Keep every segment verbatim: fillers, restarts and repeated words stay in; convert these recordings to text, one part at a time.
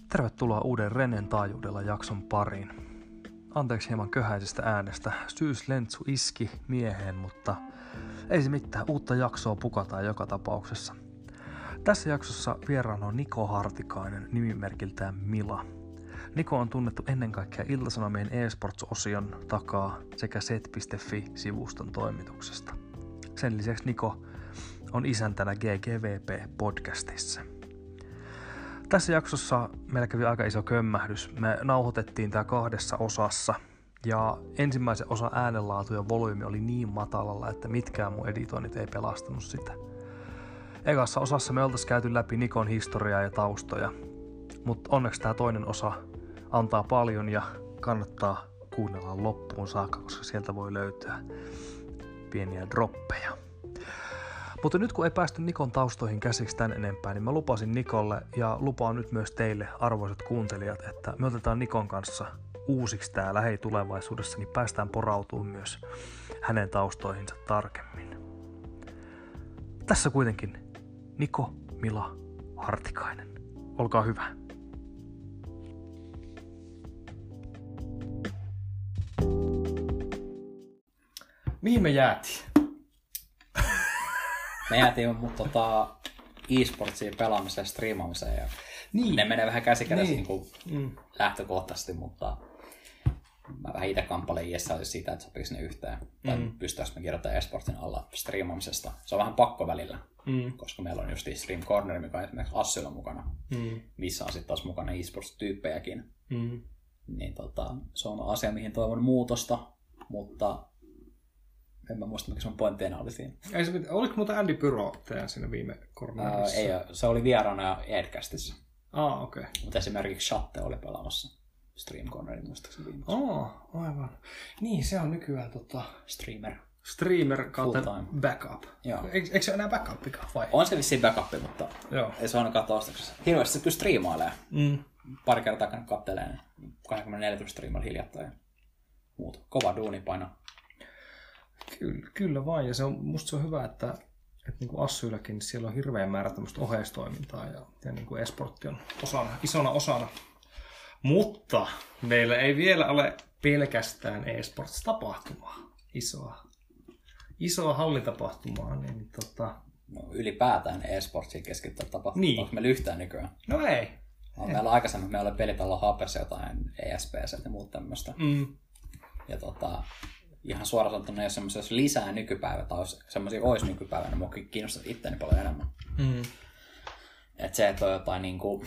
Tervetuloa uuden Renen taajuudella jakson pariin. Anteeksi hieman köhäisestä äänestä. Syyslentsu iski mieheen, mutta ei se mitään. Uutta jaksoa pukataan joka tapauksessa. Tässä jaksossa vieraana on Niko Hartikainen, nimimerkiltään Mila. Niko on tunnettu ennen kaikkea Ilta-Sanomien eSports-osion takaa sekä set piste fi-sivuston toimituksesta. Sen lisäksi Niko on isäntänä G G V P-podcastissa. Tässä jaksossa meillä kävi aika iso kömmähdys. Me nauhoitettiin tää kahdessa osassa ja ensimmäisen osan äänenlaatu ja volyymi oli niin matalalla, että mitkään mun editoinnit ei pelastanut sitä. Ekassa osassa me oltais käyty läpi Nikon historiaa ja taustoja, mutta onneksi tää toinen osa antaa paljon ja kannattaa kuunnella loppuun saakka, koska sieltä voi löytyä pieniä droppeja. Mutta nyt kun ei päästy Nikon taustoihin käsiksi tän enempää, niin mä lupasin Nikolle ja lupaan nyt myös teille, arvoisat kuuntelijat, että me otetaan Nikon kanssa uusiksi tää lähitulevaisuudessa, niin päästään porautumaan myös hänen taustoihinsa tarkemmin. Tässä kuitenkin Niko Mila Hartikainen. Olkaa hyvä. Mihin me jäätiin? Me jäätiin mutta tota, e-sportsiin pelaamiseen ja striimaamiseen. Ja niin. Ne menee vähän käsikädessä niin. niin mm. lähtökohtaisesti, mutta mä vähän itse kamppailen iässä siitä, että sopisi ne yhteen. Tai mm. pystyisi me kirjoittamaan e-sportin alla striimaamisesta. Se on vähän pakko välillä, mm. koska meillä on just Stream Corner, mikä on esimerkiksi Assylla mukana, mm. missä on sitten taas mukana e-sports-tyyppejäkin. Mm. Niin tota, se on asia, mihin toivon muutosta, mutta en mä muista, mikä sun pointteina oli siinä. Ei se, oliko muuta Andy Pyro teidän siinä viime Cornerissa? Ei, se oli vieraana Edcastissa. Ah, okei. Okay. Mutta esimerkiksi Shatte oli pelaamassa Stream Cornerin muistaakseni viimeksi. Oh, aivan. Niin, se on nykyään tota... Streamer. Streamer kautta backup. Joo. Eikö, eikö se enää backupikaan vai? On se vissiin backup, mutta joo. Ei se ainakaan taustaksessa. Hirveästi se kyllä striimailee. Mm. Pari kertaa käynyt kattelee kaksikymmentäneljä striimailla hiljattain ja muuta. Kova duuni painaa. Kyllä, kyllä vain, ja se on, musta se on hyvä, että, että niin kuin Assyilläkin niin siellä on hirveän määrä tämmöistä oheistoimintaa ja, ja niin kuin esportti on osana, isona osana. Mutta meillä ei vielä ole pelkästään esports-tapahtumaa, isoa, isoa hallitapahtumaa. Niin, tota... no, ylipäätään esportsiin keskittyä tapahtumaa, niin. Onko meillä yhtään nykyään? No ei. No, meillä aikaisemmin meillä oli pelitalo Hapessa jotain E S P C ja muuta tämmöistä. Mm. Ja tota... ihan suoraan sanottuna, jos semmoisia olisi lisää nykypäivä tai semmoisia olisi nykypäivänä, niin mua kiinnostaisi itseäni paljon enemmän. Mm. Että se, että on jotain niinku,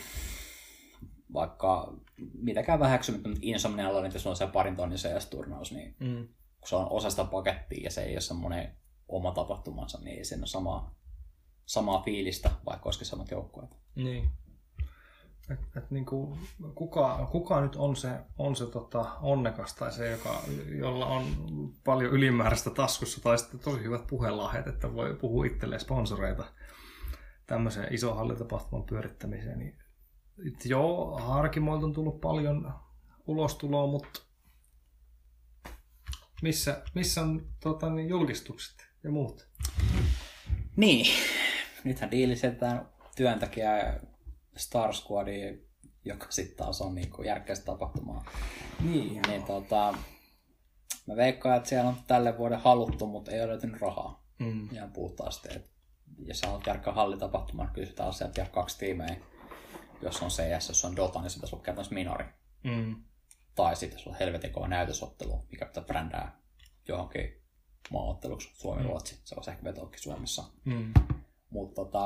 vaikka mitäkään väheksymättä, mutta Insomnialla on, että jos on se parin tonnin C S-turnaus, niin mm. kun se on osa sitä pakettia ja se ei ole semmoinen oma tapahtumansa, niin ei siinä ole samaa, samaa fiilistä, vaikka olisikin samat joukkueet. Niin. Et, et niinku, kuka, kuka nyt on se, on se tota, onnekas tai se, joka, jolla on paljon ylimääräistä taskussa tai sitten tosi hyvät puhelahjat, että voi puhua itselleen sponsoreita tämmöiseen ison hallitapahtuman pyörittämiseen. Niin, joo, Harkimoilta on tullut paljon ulostuloa, mutta missä, missä on tota, niin julkistukset ja muut? Niin, nythän diilisetään työntekijää Star Squadia, joka sitten taas on niinku järkkäistä tapahtumaa. Niin. niin tota, mä veikkaan, että siellä on tälle vuoden haluttu, mutta ei ole löytynyt rahaa. Mm. Ihan puhtaasti. Et jos sä haluat järkkää hallitapahtumaa, niin kysytään asiat jää kaksi tiimejä. Jos on C S, jos on Dota, niin se pitäisi olla käytännössä minori. Mm. Tai sitten jos on helvetin kova näytösottelu, mikä pitää brändää johonkin maaotteluksi. Suomi-Ruotsi, mm. se olisi ehkä vetoakin Suomessa. Mm. Mutta tota,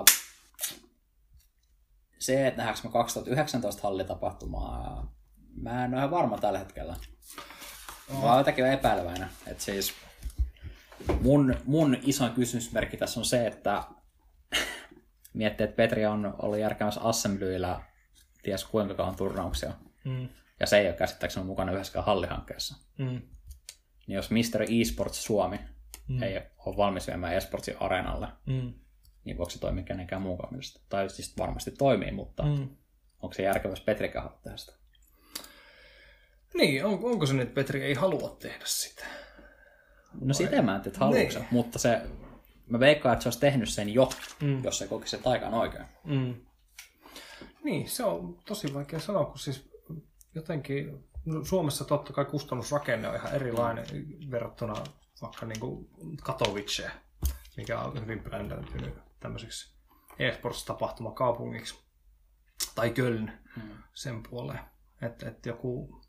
se, että nähdäänkö me kaksituhattayhdeksäntoista hallitapahtumaa, mä en ole ihan varma tällä hetkellä. Mä oon jotenkin epäileväinen. Että siis mun, mun isoin kysymysmerkki tässä on se, että miettii, että Petri on ollut järkäämässä Assemblyillä ties kuinka kauan turnauksia. Mm. Ja se ei ole käsittääkseni mukana yhdessäkään hallihankkeessa. Mm. Niin jos mister eSports Suomi mm. ei ole valmis viemään eSportsin areenalle, mm. niin voiko se toimia kenenkään muukaan mielestä? Tai siis varmasti toimii, mutta mm. onko se järkevä, jos Petrikään haluaa tehdä sitä? Niin, on, onko se nyt, että Petri ei halua tehdä sitä? No sitä mä en tiedä, että haluatko se, mutta se, mä veikkaan, että se olisi tehnyt sen jo, mm. jos se kokisi, että aika on oikein. Mm. Niin, se on tosi vaikea sanoa, kun siis jotenkin no Suomessa totta kai kustannusrakenne on ihan erilainen verrattuna vaikka niin kuin Katowiceen, mikä on hyvin brändäytynyt tämmöiseksi e-sports-tapahtumakaupungiksi. Tai Köln hmm. sen puoleen. Että et joku...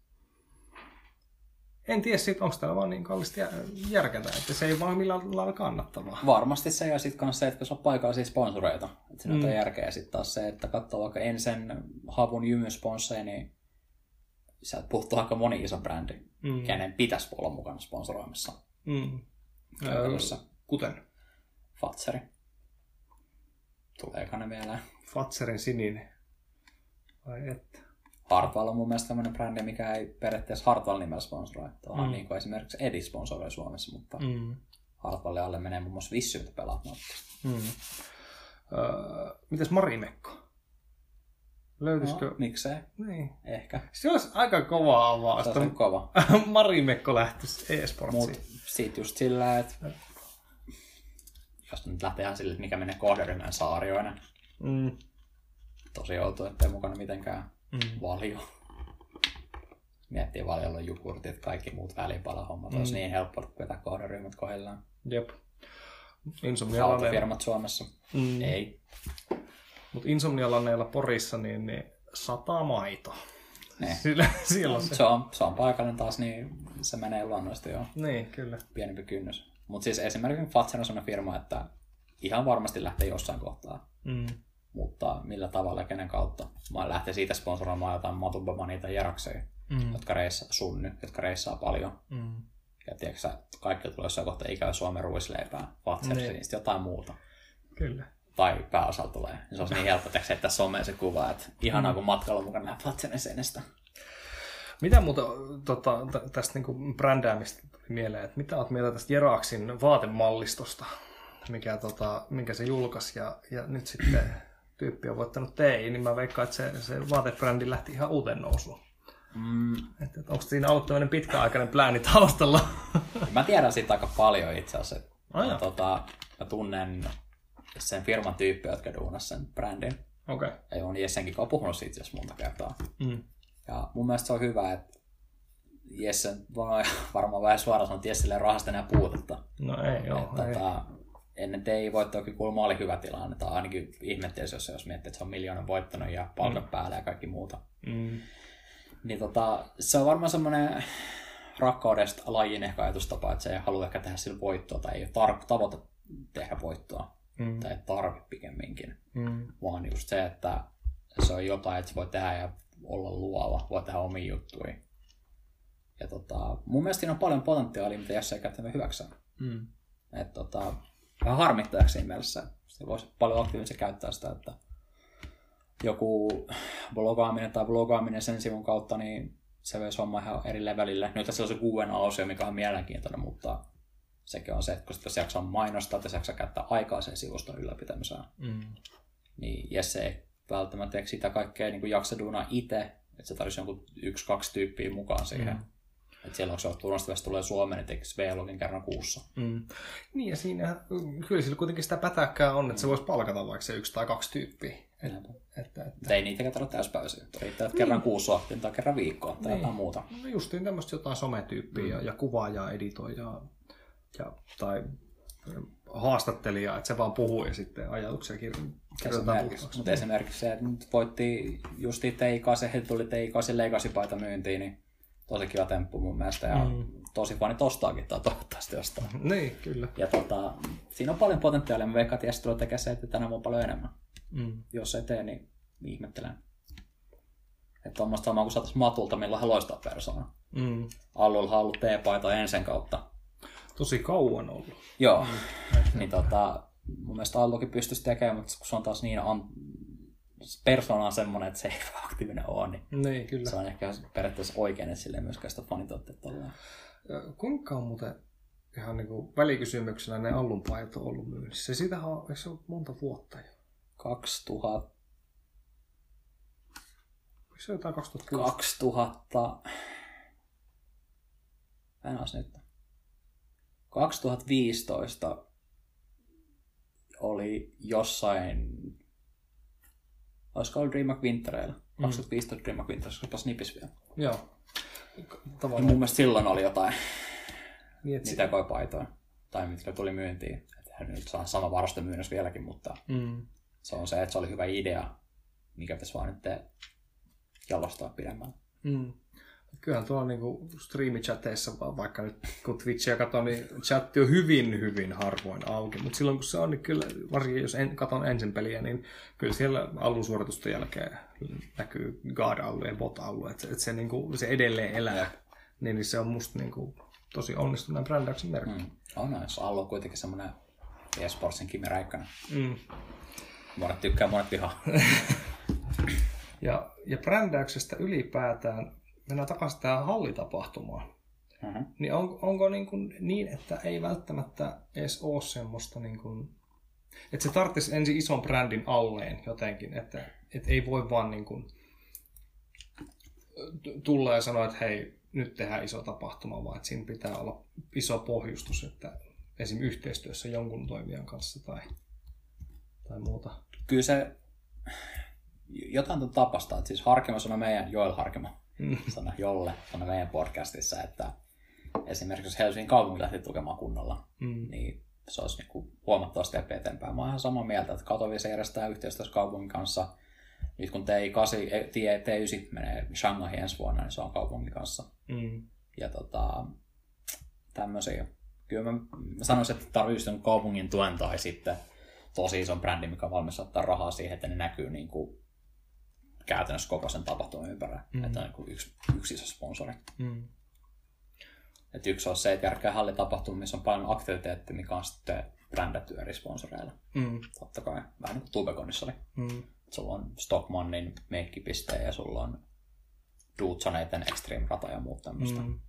En tiedä siitä, onko täällä vaan niin kallista järkätä, että se ei vaan millään lailla kannattavaa. Varmasti se ja sitten myös se, että jos on paikallisia sponsoreita. Että siinä mm. on järkeä. Ja sitten taas se, että katsoo vaikka ensin Havun jymysponsseja, niin sieltä puuttuu aika moni iso brändi, mm. kenen pitäisi olla mukana sponsoroimassa. Mm. Öö, kuten? Fatseri. Tuleeko ne mieleen? Fatserin sininen. Vai että? Hartwall on mun mielestä tämmöinen brändi, mikä ei periaatteessa Hartwall nimellä sponsoroi. Tämä on mm. niin kuin esimerkiksi Edi sponsoroi Suomessa, mutta mm. Hartwallin alle menee muun muassa Vissyltä pelaat. Mm. Öö, mites Marimekko? Löytyisikö? No, miksei? Niin. Ehkä. Se olisi aika kova avaus. Se olisi kova. Marimekko lähtisi e-sportsiin. Mut sit just sillä, että jos nyt lähtee ihan sille, että mikä menee kohderyhmän saarioinen. Mm. Tosi outoa, ettei mukana mitenkään mm. Valio. Miettii Valiolla jogurtit, kaikki muut väliinpalahommat. Mm. Olisi niin helppo vetää kohderyhmät kohdillaan. Jep. Autofirmat Suomessa. Mm. Ei. Mutta Insomnialaneilla Porissa niin, niin sataa maito. Niin. Sillä, siellä se. Se, on, se on paikallinen taas, niin se menee luonnollisesti jo. Niin, kyllä. Pienempi kynnys. Mutta siis esimerkiksi Fatser on sellainen firma, että ihan varmasti lähtee jossain kohtaa. Mm. Mutta millä tavalla ja kenen kautta. Mä lähtee siitä sponsoroimaan jotain Matubamania tai Jerakseja, mm. jotka reissaa, Sunny, jotka reissaa paljon. Mm. Ja tiedätkö sä, kaikki tulee jossain kohtaa ikävä Suomen ruisleipää, Fatserista, niin jotain muuta. Kyllä. Tai pääosalla tulee. Se on niin helppo, että someen se kuva, että ihanaa, mm. kun matkalla on mukana nähdä Fatserin seinästä. Mitä muuta tota, tästä niinku brändäämistä tuli mieleen, että mitä olet mieltä tästä Jeraksin vaatemallistosta, mikä, tota, minkä se julkaisi, ja, ja nyt sitten tyyppi on voittanut T I, niin mä veikkaan, että se, se vaatebrändi lähti ihan uuteen nousuun. Mm. Että, että onko siinä ollut tämmöinen pitkäaikainen plääni taustalla? Mä tiedän siitä aika paljon itse asiassa. Oh, mä, tota, mä tunnen sen firman tyyppiä, jotka duunas sen brändin. Okay. Ja on Jessenkin kanssa puhunut siitä itse asiassa monta kertaa. Mm. Ja mun mielestä se on hyvä, että Jessen varmaan vähän suoraan sanoo, että Jesselle ei rahasta enää puutetta. No ei joo. Et, tota, ennen T I-voittoakin kuulemma oli hyvä tilanne. Tai ainakin ihmettelisi, jos, jos miettii, että se on miljoonan voittanut ja palkat mm. päälle ja kaikki muuta. Mm. Niin tota, se on varmaan semmoinen rakkaudesta lajin ehkä ajatustapa, että se ei halua ehkä tehdä sillä voittoa tai ei ole tar- tavoite tehdä voittoa. Mm. Tai tarve pikemminkin. Mm. Vaan just se, että se on jotain, että se voi tehdä ja olla luova, voi tehdä omia juttuja. Ja tota, mun mielestä siinä on paljon potentiaalia, mitä Jesse ei käyttänyt hyväkseen. Mm. Että tota, vähän harmittajaksi siinä mielessä. Se voisi paljon aktiivisesti käyttää sitä, että joku blogaaminen tai blogaaminen sen sivun kautta, niin se veisi homma ihan eri levelille. Nyt tässä on se Q and A, mikä on mielenkiintoinen, mutta sekin on se, että jos jaksaa mainostaa, että jaksaa käyttää aikaa sen sivuston ylläpitämiseen, mm. niin Jesse ei välttämättä sitä kaikkea niin kuin jaksa duunaa itse, että se tarvitsisi jonkun yksi, kaksi tyyppiä mukaan siihen. Mm. Että siellä on se, että Turnastavasta tulee Suomeen, niin tekisi V-login kerran kuussa. Mm. Niin ja siinä, kyllä sillä kuitenkin sitä pätäkkää on, että mm. se voisi palkata vaikka se yksi tai kaksi tyyppiä. Et, että, että... Ei niitäkään tarvitse täyspäiväisiä. Riittää, että kerran niin. kuussa tai kerran viikkoa tai niin. jotain muuta. No justiin tämmöistä jotain sometyyppiä mm. ja, ja kuvaajaa, editoijaa ja, tai haastattelijaa, että se vaan puhuu ja sitten ajatuksia kirjoitetaan puhtaaksi. Mutta esimerkiksi se, että nyt voitti justiin T I kahdeksan, heti tuli T I kahdeksan legacy-paita myyntiin, niin tosi kiva temppu mun mielestä ja mm. tosi fanit ostaakin tai toivottavasti ostaa. Niin, kyllä. Ja tota, siinä on paljon potentiaalia, mä veikkaan, että Jesse tulee tekemään se, että tänään on paljon enemmän. Mm. Jos ei tee, niin ihmettelen. Että tuommoista samaa kuin saataisiin Matulta, millä hän loistaa persoona. Mm. Allulla on ollut T-paita ensin kautta. Tosi kauan ollut. Joo. Mm. Niin tota, mun mielestä Allukin pystyisi tekemään, mutta kun se on taas niin an... persona on semmoinen, että se ei aktiivinen ole, niin, niin kyllä. Se on ehkä periaatteessa oikein, että silleen myöskään sitä fanituotteetta ollaan. Kuinka on muuten ihan niin kuin välikysymyksenä ne Allun-paidat on ollut myynnissä? Siitähän on, eikö se ole monta vuotta jo? kaksituhatta Se on jotain kaksituhattakuusi kaksituhatta Mä nyt. kaksituhattaviisitoista oli jossain, Olisiko ollut DreamHack Wintereillä? kaksituhattaviisitoista DreamHack Winter, olisiko Snipis vielä? Joo. Ja mun mielestä silloin oli jotain Niin, niitä koipaitoja. Tai mitkä tuli myyntiin. Että nyt saa sama varastomyynnös vieläkin, mutta mm. se on se, että se oli hyvä idea, mikä pitäisi vaan nyt jalostaa pidemmälle. Mm. Kyllähän tuolla niinku striimichateissa, vaikka nyt kun Twitchiä katsoo, niin chatti on hyvin, hyvin harvoin auki. Mutta silloin kun se on, niin kyllä, varsinkin jos en, katson ensin peliä, niin kyllä siellä alun suoritusten jälkeen näkyy guard-alue ja bot-alue. Että et se, niinku, se edelleen elää. Niin, niin se on musta niinku tosi onnistuneen brändäyksen merkki. Mm. On no, jos Allu on kuitenkin semmoinen eSportsin Kimi Räikkönen. Mm. Monet tykkää, monet vihaa. ja, ja brändäyksestä ylipäätään, mennään takaisin tähän hallitapahtumaan. Mm-hmm. Niin on, onko niin, kuin niin, että ei välttämättä edes ole semmoista, niin kuin, että se tarvitsisi ensin ison brändin alleen jotenkin, että, että ei voi vaan niin kuin tulla ja sanoa, että hei, nyt tehdään iso tapahtuma, vaan että siinä pitää olla iso pohjustus, että esim. Yhteistyössä jonkun toimijan kanssa tai, tai muuta. Kyllä se jotain tuon tapasta, että siis Harkimo sanoi meidän, Joel Harkimo, mm. sanoi Jolle, sanoi meidän podcastissa, että esimerkiksi jos Helsingin kaupunki lähti tukemaan kunnolla, mm. niin se olisi niin huomattavasti eteenpäin. Mä oon ihan samaa mieltä, että Katowice järjestää yhteistyössä kaupungin kanssa. Nyt kun T yhdeksän menee Shanghaihin ensi vuonna, niin se on kaupungin kanssa. Mm. Ja tota, tämmöisiä. Kyllä mä, mä sanoisin, että tarvitsisi kaupungin tuen tai sitten tosi ison brändi, mikä on valmis ottaa rahaa siihen, että ne näkyy niin kuin käytännössä koko sen tapahtuman ympärillä. Mm. Että on niin kuin yksi, yksi iso sponsori. Mm. Et yksi on se, että järkkää hallitapahtuma, missä on paljon aktiviteettia, mikä on sitten brändätty eri sponsoreilla. Mm. Totta kai. Vähän niin kuin Tubeconissa oli. Mm. Sulla on Stockmannin meikkipisteen ja sulla on Dudesoneiden Extreme-rata ja muut tämmöistä. Mm.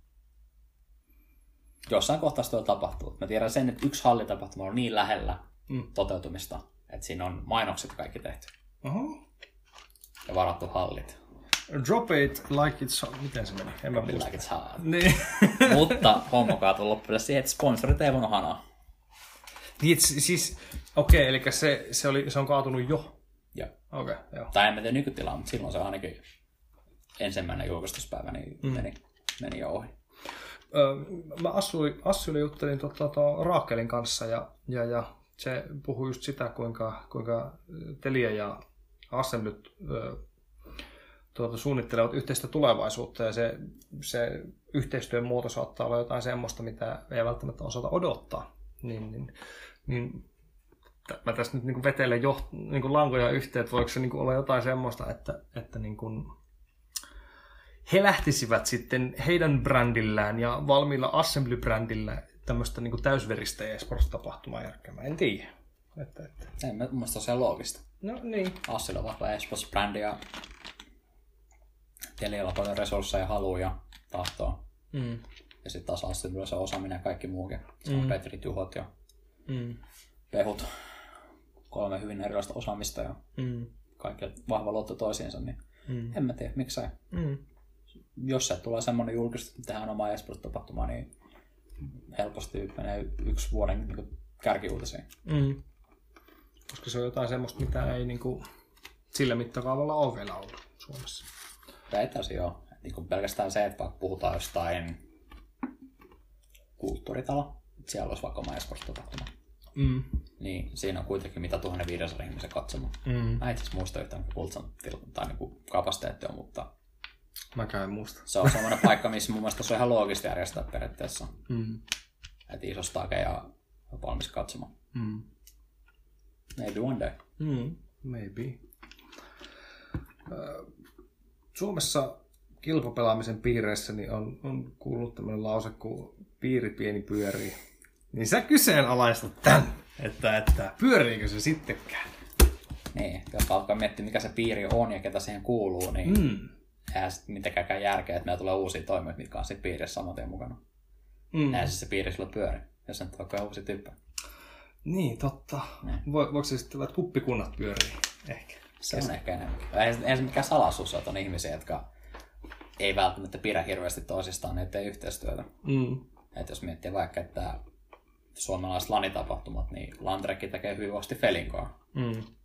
Jossain kohtaa sitä tapahtuu. Mä tiedän sen, että yksi hallitapahtuma on niin lähellä mm. toteutumista, että siinä on mainokset kaikki tehty. Uh-huh. Ja varattu hallit. Drop it like it's hot. Miten se meni? En mä muista. Like it's hot. Niin. Mutta homma kaatui loppujen siihen, että sponsorit ei voinut hanaa. Niin, siis, okei, okay, eli se, se, oli, se on kaatunut jo. Joo. Okei, okay, joo. Tai en mä tiedä nykytilaa, mutta silloin se ainakin ensimmäinen julkistuspäivä niin mm. meni, meni jo ohi. Öö, mä Assuille juttelin to, to, to, Raakelin kanssa ja, ja, ja se puhui just sitä, kuinka, kuinka Telia ja Assemblyt öö, tuota, suunnittelevat yhteistä tulevaisuutta ja se, se yhteistyön muoto saattaa olla jotain semmoista, mitä ei välttämättä osata odottaa. Niin, niin, niin mä tässä nyt niin vetelen jo niin lankoja yhteen, että voiko se niin olla jotain semmoista, että, että niin kuin he lähtisivät sitten heidän brändillään ja valmiilla Assembly-brändillä tämmöistä niin täysveristä eSports-tapahtumaa järkkäämään. En tiedä. Että, että. Ei, mun mielestä on se loogista. No niin. Assilla on vahva eSports-brändi ja Telialla on paljon resursseja, haluja ja tahtoa. Mm. Ja sitten taas Assilla se osaaminen ja kaikki muukin. Se on mm. Petrit, Juhot ja mm. Pehut. Kolme hyvin erilaista osaamista ja mm. kaikki vahva luotto toisiinsa, niin mm. en mä tiedä, miksei. Mm. Jos se tulee semmoinen julkistus, että tehdään omaa eSports-tapahtumaa, niin helposti menee yksi vuoden niin kärkiuutisiin. Mm. Koska se on jotain semmoista, mitä ei niin kuin, sillä mittakaavalla ole vielä ollut Suomessa. Väittäisin joo. Niin pelkästään se, että vaikka puhutaan jostain kulttuuritalo, että siellä olisi vaikka oma eSports-tapahtuma. Mm. Niin siinä on kuitenkin mitä tuhatviisisataa ihmisen katsomaan. Mm. Mä itse asiassa muista yhtään Kultsan tai niin kapasiteettia, mutta mäkään en muista. Se on semmoinen paikka, missä mun mielestä se on ihan loogista järjestää periaatteessa. Mm. Että iso stake ja valmis katsomaan. Mm. Maybe one day. Mm. Maybe. Suomessa kilpapelaamisen piireissä niin on, on kuullut tämmöinen lause, kun piiri pieni pyörii. Niin sä kyseenalaistat tän, että, että pyöriikö se sittenkään? Niin, jos alkaa miettiä, mikä se piiri on ja ketä siihen kuuluu, niin mm. eihän sitten mitenkään järkeä, että meillä tulee uusia toimijoita, mitkä on siinä piirissä saman tien mukana. Mm. Eihän siis se piiri sulle pyöri, jos se nyt vaikka uusi tyyppi. Niin, totta. Niin. Vo, voiko se sitten, että kuppikunnat pyörii ehkä? Se on ehkä enemmän. Eihän se mikään salaisuus, että on ihmisiä, jotka ei välttämättä pidä hirveästi toisistaan, ne tee yhteistyötä. Mm. Että jos miettii vaikka, että suomalaiset lanitapahtumat, niin Landrekki tekee hyvinvosti Felinkoa. Mm.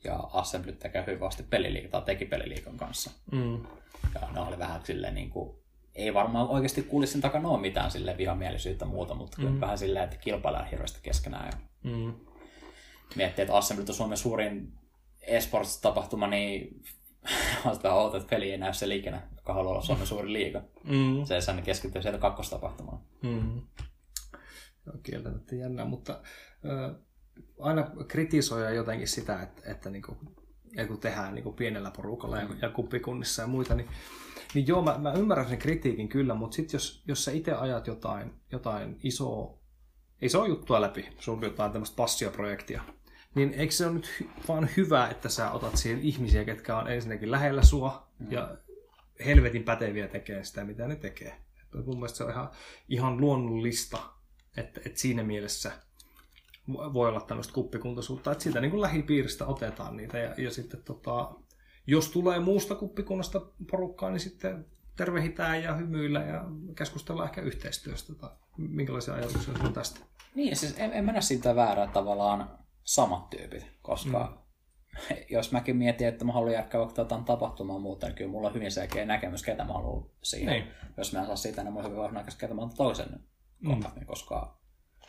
ja Assembly tekee hyvästi peliliikan, tai teki peliliikan kanssa. Mm. Ja ne oli vähän silleen niin kuin, ei varmaan oikeasti kuulisin takana ole mitään silleen vihamielisyyttä muuta, mutta mm. vähän silleen, että kilpaillaan hirveästi keskenään. Ja Mm. miettii, että Assembly on Suomen suurin esports-tapahtuma, niin on vähän outo, että peli ei näy se liikenä, joka haluaa olla Suomen suurin liiga. Mm. Se ei keskittyy sieltä kakkostapahtumaan. Mm. Kieltämättä jännää, mutta äh, aina kritisoidaan jotenkin sitä, että, että niinku, kun tehdään niinku pienellä porukalla ja, ja kuppikunnissa ja muita, niin, niin joo, mä, mä ymmärrän sen kritiikin kyllä, mutta sitten jos, jos sä itse ajat jotain, jotain isoa, isoa juttua läpi, sun jotain tämmöistä passioprojektia, niin eikö se ole nyt hy- vaan hyvä, että sä otat siihen ihmisiä, ketkä on ensinnäkin lähellä sua mm. ja helvetin päteviä tekee sitä, mitä ne tekee. Et mun mielestä se on ihan, ihan luonnollista, että, että siinä mielessä voi olla tämmöistä kuppikuntaisuutta, että siitä niin kuin lähipiiristä otetaan niitä ja, ja sitten tota, jos tulee muusta kuppikunnasta porukkaa, niin sitten tervehitään ja hymyillä ja keskustellaan ehkä yhteistyöstä tai minkälaisia ajatuksia on tästä? Niin, siis en, en mennä siitä väärää tavallaan samat tyypit, koska mm. jos mäkin mietin, että mä haluan järkkää vaikka jotain tapahtumaa muuta, niin kyllä mulla on hyvin selkeä näkemys, ketä mä haluan siihen. Niin. Jos mä en saa siitä, niin mulla on hyvin vahvanaikaisesti, ketä mä haluan toisen mm. kontaktin, koska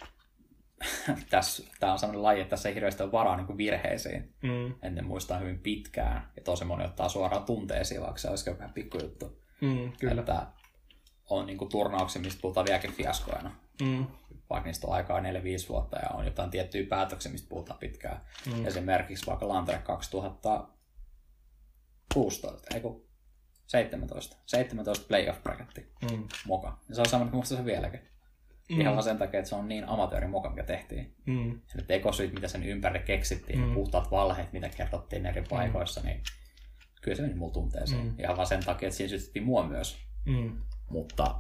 tässä, tää on sellainen laji, että tässä ei hirveästi ole varaa niin kuin virheisiin. Mm. Ennen muistaa hyvin pitkään, ja tosi moni ottaa suoraan tunteisiin, vaikka se olisikin vähän pikkujuttu. Mm, kyllä. Että on niin kuin turnauksia, mistä puhutaan vieläkin fiaskoina. Mm. Vaikka niistä on aikaa neljä viisi vuotta ja on jotain tiettyjä päätöksiä, mistä puhutaan pitkään. Mm. Esimerkiksi vaikka Lantre kaksituhattakuusitoista, ei kun seitsemäntoista. seitsemäntoista playoff bracketti mm. moka. Ja se on sama, muista se vieläkin. Mm. Ihan vaan sen takia, että se on niin amatööri moka, mikä tehtiin. Mm. Ja tekosyyt, mitä sen ympärille keksittiin, mm. puhtaat valheet, mitä kerrottiin eri paikoissa, mm. niin kyllä se meni mulla tunteeseen. Mm. Ihan vaan sen takia, että siinä syytettiin mua myös. Mm. Mutta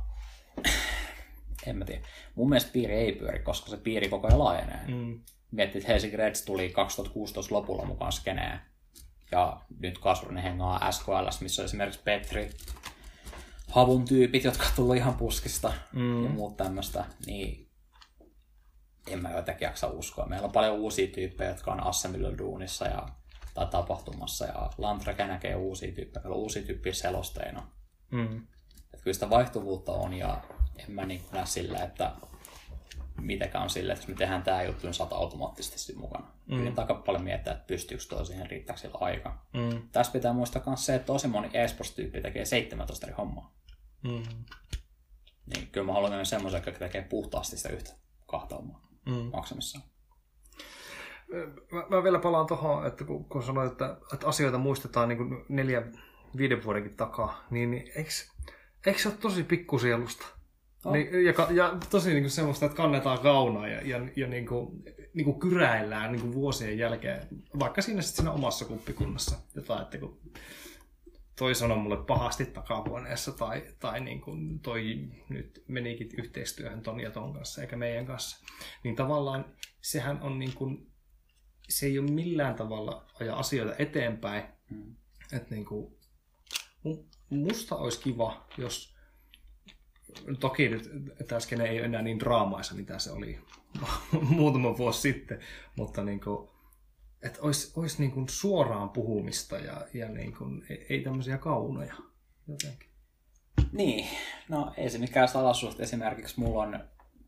en mä tiedä. Mun mielestä piiri ei pyöri, koska se piiri koko ajan laajenee. Mm. Miettii, että Helsinki Reds tuli kaksituhattakuusitoista lopulla mukaan skeneen. Ja nyt Kasvurinen hengaa S K L:ssä, missä on esimerkiksi Petri, Havun tyypit, jotka on tullut ihan puskista mm. ja muut tämmöistä. Niin en mä jotenkin jaksa uskoa. Meillä on paljon uusia tyyppejä, jotka on Assemblyllä duunissa ja, tai tapahtumassa. Ja Lantrake näkee uusia tyyppejä, meillä on uusia tyyppejä selosteina. Mm. Että kyllä sitä vaihtuvuutta on ja en mä niin näe sillä, että mitäkään on sillä, että jos me tehdään tää juttu, niin saat automaattisesti mukana. Mm. Kyllä aika paljon miettiä, että pystyykö toi siihen, riittääkö sillä aika. Mm. Tässä pitää muistaa myös se, että tosi moni eSports-tyyppi tekee seitsemäntoista eri hommaa. Mm. Niin kyllä mä haluan mennä semmoisen, joka tekee puhtaasti sitä yhtä kahta hommaa mm. maksamissaan. Mä, mä vielä palaan tuohon, että kun, kun sanoit, että, että asioita muistetaan niin kuin neljä, viiden vuodenkin takaa, niin, niin eikö, eikö se ole tosi pikkusielusta? Oh. Niin, ja, ja tosi niin kuin semmoista, että kannetaan kaunaa ja, ja, ja niin kuin, niin kuin kyräillään niin kuin vuosien jälkeen, vaikka siinä sitten siinä omassa kuppikunnassa jotain, että kun toi sanoi mulle pahasti takahuoneessa tai, tai niin kuin toi nyt menikin yhteistyöhön ton ja ton kanssa eikä meidän kanssa, niin tavallaan sehän on niin kuin, se ei ole millään tavalla ajaa asioita eteenpäin. Mm. Että niin kuin, musta olisi kiva, jos toki nyt tämä skene ei ole enää niin draamaisa, mitä se oli muutama vuosi sitten, mutta niin kuin, että olisi, olisi niin kuin suoraan puhumista ja, ja niin kuin, ei, ei tämmöisiä kaunoja jotenkin. Niin, no ei se mikään salaisuus. Esimerkiksi mulla on,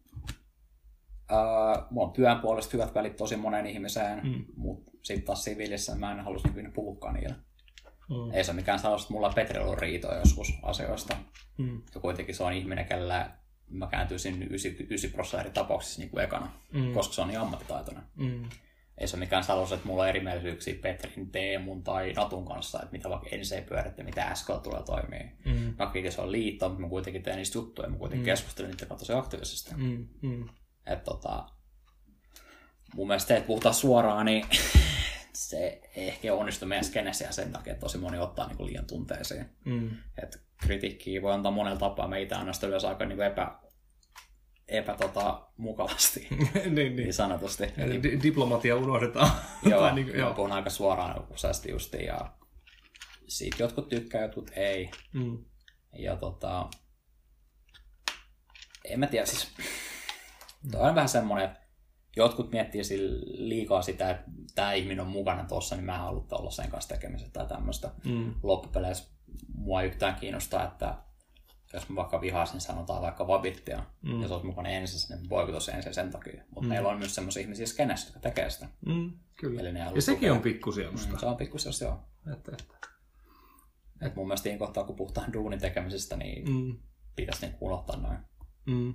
äh, mulla on työn puolesta hyvät välit tosi monen ihmiseen, mm. mutta sitten taas siviilissä mä en halus niin puhukaan niille. Mm. Ei se ole mikään salaisuus, että mulla on Petrillä ollut riitoa joskus asioista. Mm. Ja kuitenkin se on ihminen, kellä mä kääntyisin yhdeksänkymmentä prosenttia eri tapauksissa niin kuin ekana, mm. koska se on niin ammattitaitoinen. Mm. Ei se ole mikään salaisuus, että mulla on erimielisyyksiä Petrin, Teemun tai Natun kanssa, että mitä vaikka N C pyörittää, mitä S K tulee toimii. Mm. Mä kritisoin liittoa, mutta mä kuitenkin teen niistä juttuja ja mä kuitenkin mm. keskustelin niitä tosi aktiivisesti. Mm. Mm. Että tota, mun mielestä se, että puhutaan suoraan, niin se ei ehkä onnistu meidän skenessä ja sen takia, että tosi moni ottaa niin kuin liian tunteisiin. Mm. Että kritiikkiä voi antaa monella tapaa, meitä anna sitä yleensä aika niin epä, epä tota, mukavasti, niin, niin. niin sanotusti. Di- diplomatia unohdetaan. Joo, niin kuin, joo. Puhun aika suoraan useasti justiin ja siitä jotkut tykkää, jotkut ei. Mm. Ja tota, en mä tiedä, siis toi on vähän semmoinen, että jotkut miettii liikaa sitä, että tämä ihminen on mukana tuossa, niin mä en halua olla sen kanssa tekemistä tai tämmöistä. Mm. Loppupeleissä mua ei yhtään kiinnostaa, että jos mä vaikka vihaisin, sanotaan vaikka Vabittia, mm. ja se olisi mukana ensin, niin boikotus ensin sen takia. Mutta mm. meillä on myös semmoisia ihmisiä skenessä, jotka tekee sitä. Mm, kyllä. Eli ja sekin tukea. On pikkusielusta. Mm, se on pikkusielusta, joo. Että, että. Et mun mielestä siinä kohtaa, kun puhutaan duunin tekemisestä, niin mm. pitäisi niin unohtaa noin. Mm.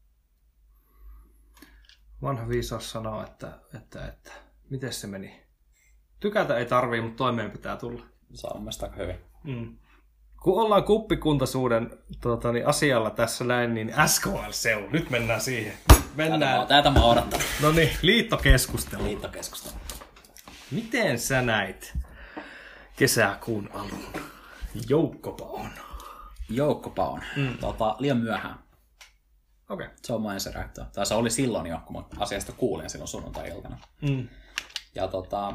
Vanha viisaus sanoo, että, että, että miten se meni? Tykätä ei tarvii, mutta toimeen pitää tulla. Se on mun mielestä aika hyvin. Mm. Kun ollaan kuppikuntaisuuden tuota, niin asialla tässä näin, niin S K L-seu, nyt mennään siihen. Mennään. Tätä mä oon odottanut. No niin, liittokeskustelu. Liittokeskustelu. Miten sä näit kesäkuun alun joukkopaon? Joukkopaon? Mm. Tota, liian myöhään. Okei. Okay. Se on mun ensi reaktio. Tai se oli silloin jo, kun mä asiasta kuulin silloin sunnuntai-iltana. Mm. Ja tota...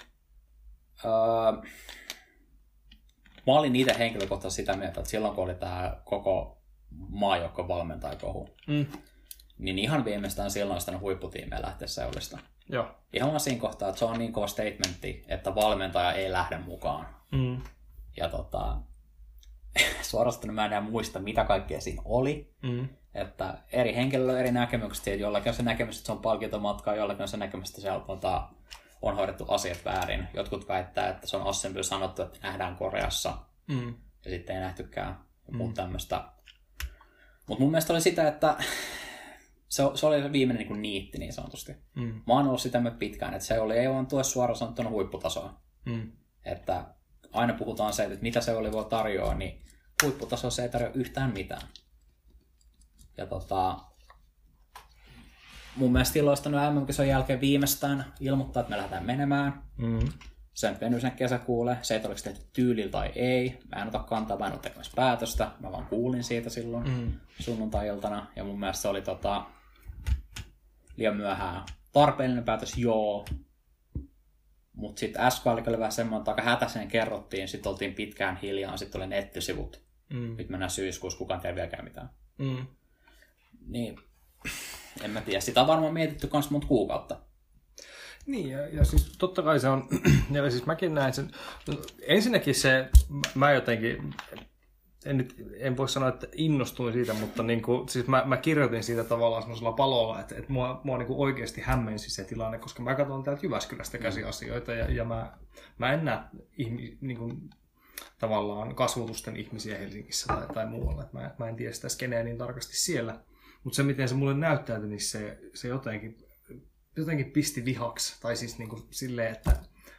Öö, mä olin itse henkilökohtaisesti sitä mieltä, että silloin kun oli tää koko maajoukko valmentajakohu, mm. niin ihan viimeistään silloin sitä huipputiimeen lähteä Seulista. Joo. Ihan vaan siinä kohtaa, että se on niin kova statementti, että valmentaja ei lähde mukaan. Mm. Ja tota... suorastaan mä en enää muista, mitä kaikkea siinä oli. Mm. Että eri henkilöillä on eri näkemykset siitä. Jollakin on se näkemys, että se on palkintomatkaa, jollakin on se näkemys, että siellä tota, on hoidettu asiat väärin. Jotkut väittää, että se on assembly sanottu, että nähdään Koreassa. Mm. Ja sitten ei nähtykään. Ja mm. muuta tämmöistä. Mutta mun mielestä oli sitä, että se, se oli se viimeinen niin kuin niitti niin sanotusti. Mm. Mä oon ollut sitä pitkään, että se oli ei vaan tue suoraan sanottuna huipputasoa. Mm. Että aina puhutaan se, että mitä se oli voi tarjoa, niin huipputasoa se ei tarjoa yhtään mitään. Ja tota, mun mielestä iloistanut M M-kisojen jälkeen viimeistään ilmoittaa, että me lähdetään menemään. Mm. Sen venyi sen kesäkuulle. Se, että oliko se tehty tyylillä tai ei. Mä en ota kantaa, mä en ole tekemässä päätöstä. Mä vaan kuulin siitä silloin mm. sunnuntai-iltana. Ja mun mielestä se oli tota, liian myöhään. Tarpeellinen päätös, joo. Mutta sitten S K L oli vähän semmoinen, että aika hätäiseen kerrottiin. Sitten oltiin pitkään hiljaa. Sitten oli nettisivut. Mm. Nyt mennään syyskuussa, kukaan ei tiedä vieläkään mitään. Mm. Niin, en mä tiedä. Sitä on varmaan mietitty kans monta kuukautta. Niin, ja, ja siis totta kai se on, ja siis mäkin näin sen, ensinnäkin se, mä jotenkin, en, nyt, en voi sanoa, että innostuin siitä, mutta niin kuin, siis mä, mä kirjoitin siitä tavallaan semmoisella palolla, että, että mua, mua niin kuin oikeasti hämmensi se tilanne, koska mä katson täältä Jyväskylästä käsi asioita, ja, ja mä, mä en näe ihmi, niin kuin, tavallaan kasvotusten ihmisiä Helsingissä tai, tai muualla, että mä, mä en tiedä sitä skeneä niin tarkasti siellä, mutta se miten se mulle näyttäytyi, niin se, se jotenkin, jotenkin pisti vihaksi, tai siis niin kuin silleen, että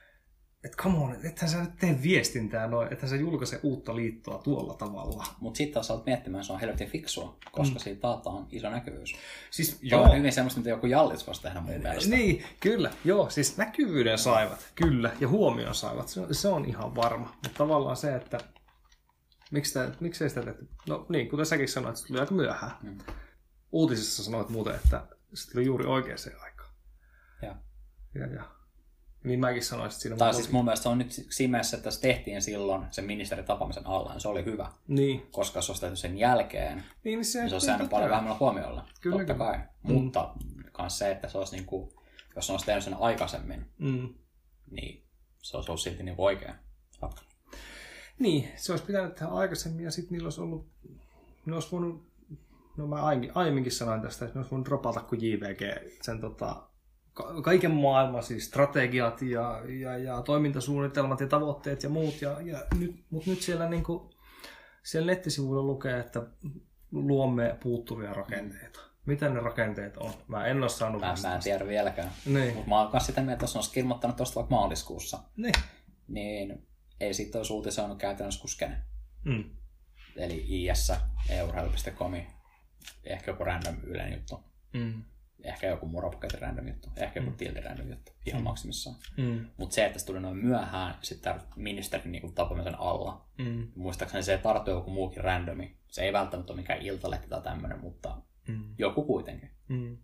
et come on, ethän sä nyt tee viestintää noin, ethän sä julkaise uutta liittoa tuolla tavalla. Mutta sitten taas olet miettimään, se on helvetin fiksua, koska mm. siitä taataan iso näkyvyys. Siis, joo. On hyvin semmoista, mitä joku Jallis voisi tehdä mun mielestä. Niin, kyllä. Joo, siis näkyvyyden saivat, kyllä, ja huomion saivat, se on, se on ihan varma. Mutta tavallaan se, että miksi miksei sitä tehty, no niin, kuten säkin sanoit, että se tuli aika myöhään. Mm. Uutisissa sanoit muuten, että se tuli juuri oikeaan aikaan. Ja. Ja, ja. Niin mäkin sanoisin, että siinä... Tai siis mun mielestä on nyt siinä mielessä, että se tehtiin silloin sen ministerin tapaamisen alla, niin se oli hyvä. Niin. Koska jos olisi tehty sen jälkeen, niin, niin se, niin se olisi jäänyt paljon vähemmällä huomiolla. Kyllä, totta kyllä. kai. Mm. Mutta myös se, että se olisi niin kuin, jos se olisi tehnyt sen aikaisemmin, mm. niin se olisi ollut silti niin oikea ratkaisu. Niin, se olisi pitänyt tehdä aikaisemmin ja sitten niillä olisi ollut... Ne olisi voinut... No mä aiemminkin sanoin tästä, että ne olisi voinut dropata kuin J V G sen tota... kaiken maailman siis strategiat ja, ja, ja toimintasuunnitelmat ja tavoitteet ja muut. Ja, ja nyt, mutta nyt siellä, niin kuin, siellä nettisivuilla lukee, että luomme puuttuvia rakenteita. Mitä ne rakenteet on? Mä en ole saanut mä, mä en tiedä vieläkään. Niin. Mutta mä oon myös sitä mieltä, että jos olisi ilmoittanut tuosta vaikka maaliskuussa, niin, niin ei siitä olisi uutisoinut käytännössä kuin skene. Mm. Eli I S, eurheilu piste com, ehkä joku random Ylen juttu. Mm. Ehkä joku muropaketin random juttu, ehkä joku mm. tildi random juttu, ihan mm. maksimissaan. Mm. Mutta se, että se tuli noin myöhään, sitten ministerin niin tapaamisen alla. Mm. Muistaakseni se ei tarttu joku muukin randomi. Se ei välttämättä ole mikään iltalehti tai tämmöinen, mutta mm. joku kuitenkin. Mm.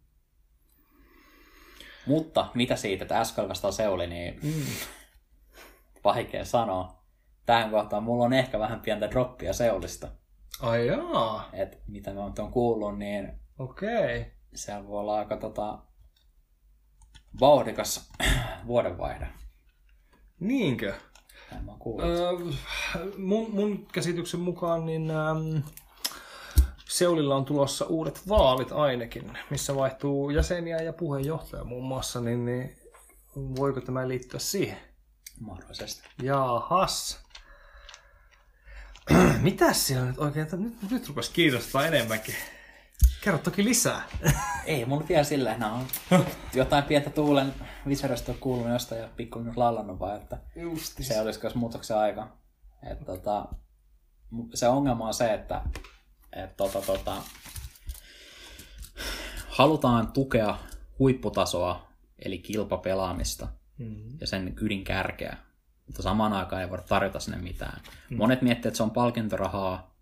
Mutta mitä siitä, että S K L vastaan Seuli, niin mm. vaikea sanoa. Tähän kohtaan mulla on ehkä vähän pientä droppia Seulista. Ai jaa. Et mitä mä oon kuullut, niin... Okei. Okay. Siellä voi olla aika tota, vauhdikas vuodenvaihde. Niinkö? Näin mä oon kuullut. Öö, mun, mun käsityksen mukaan niin ähm, Seulilla on tulossa uudet vaalit ainakin, missä vaihtuu jäseniä ja puheenjohtaja muun muassa, niin, niin voiko tämä liittyä siihen? Mahdollisesti. Jaahas. Mitäs siellä nyt oikein? Nyt, nyt rupesi kiinnostaa enemmänkin. Kerro toki lisää. Ei mulla vielä silleen, no, jotain pientä tuulen viseröstä on kuulunut jostain ja pikkuinen lallannut vaan, että Justis. se olisi myös muutoksen aika. Et, tota, se ongelma on se, että et, tota, tota, halutaan tukea huipputasoa, eli kilpapelaamista mm. ja sen ydinkärkeä, mutta samaan aikaan ei voida tarjota sinne mitään. Mm. Monet miettii, että se on palkintorahaa.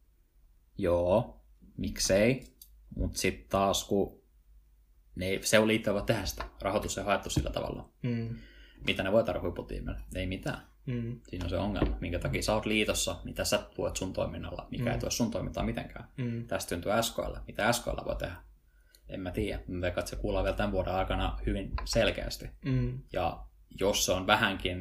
Joo, miksei. Mutta sitten taas, kun ne ei, se on liittyvä tehdä sitä. Rahoitus ei haettu sillä tavalla. Mm. Mitä ne voi tarjota huipputiimille? Ei mitään. Mm. Siinä on se ongelma. Minkä takia sä oot liitossa, mitä sä tuet sun toiminnalla, mikä mm. ei tue sun toimintaa mitenkään. Mm. Tästä syntyy S K L. Mitä S K L voi tehdä? En mä tiedä. Mä veikkaan, että se kuullaan vielä tämän vuoden aikana hyvin selkeästi. Mm. Ja jos se on vähänkin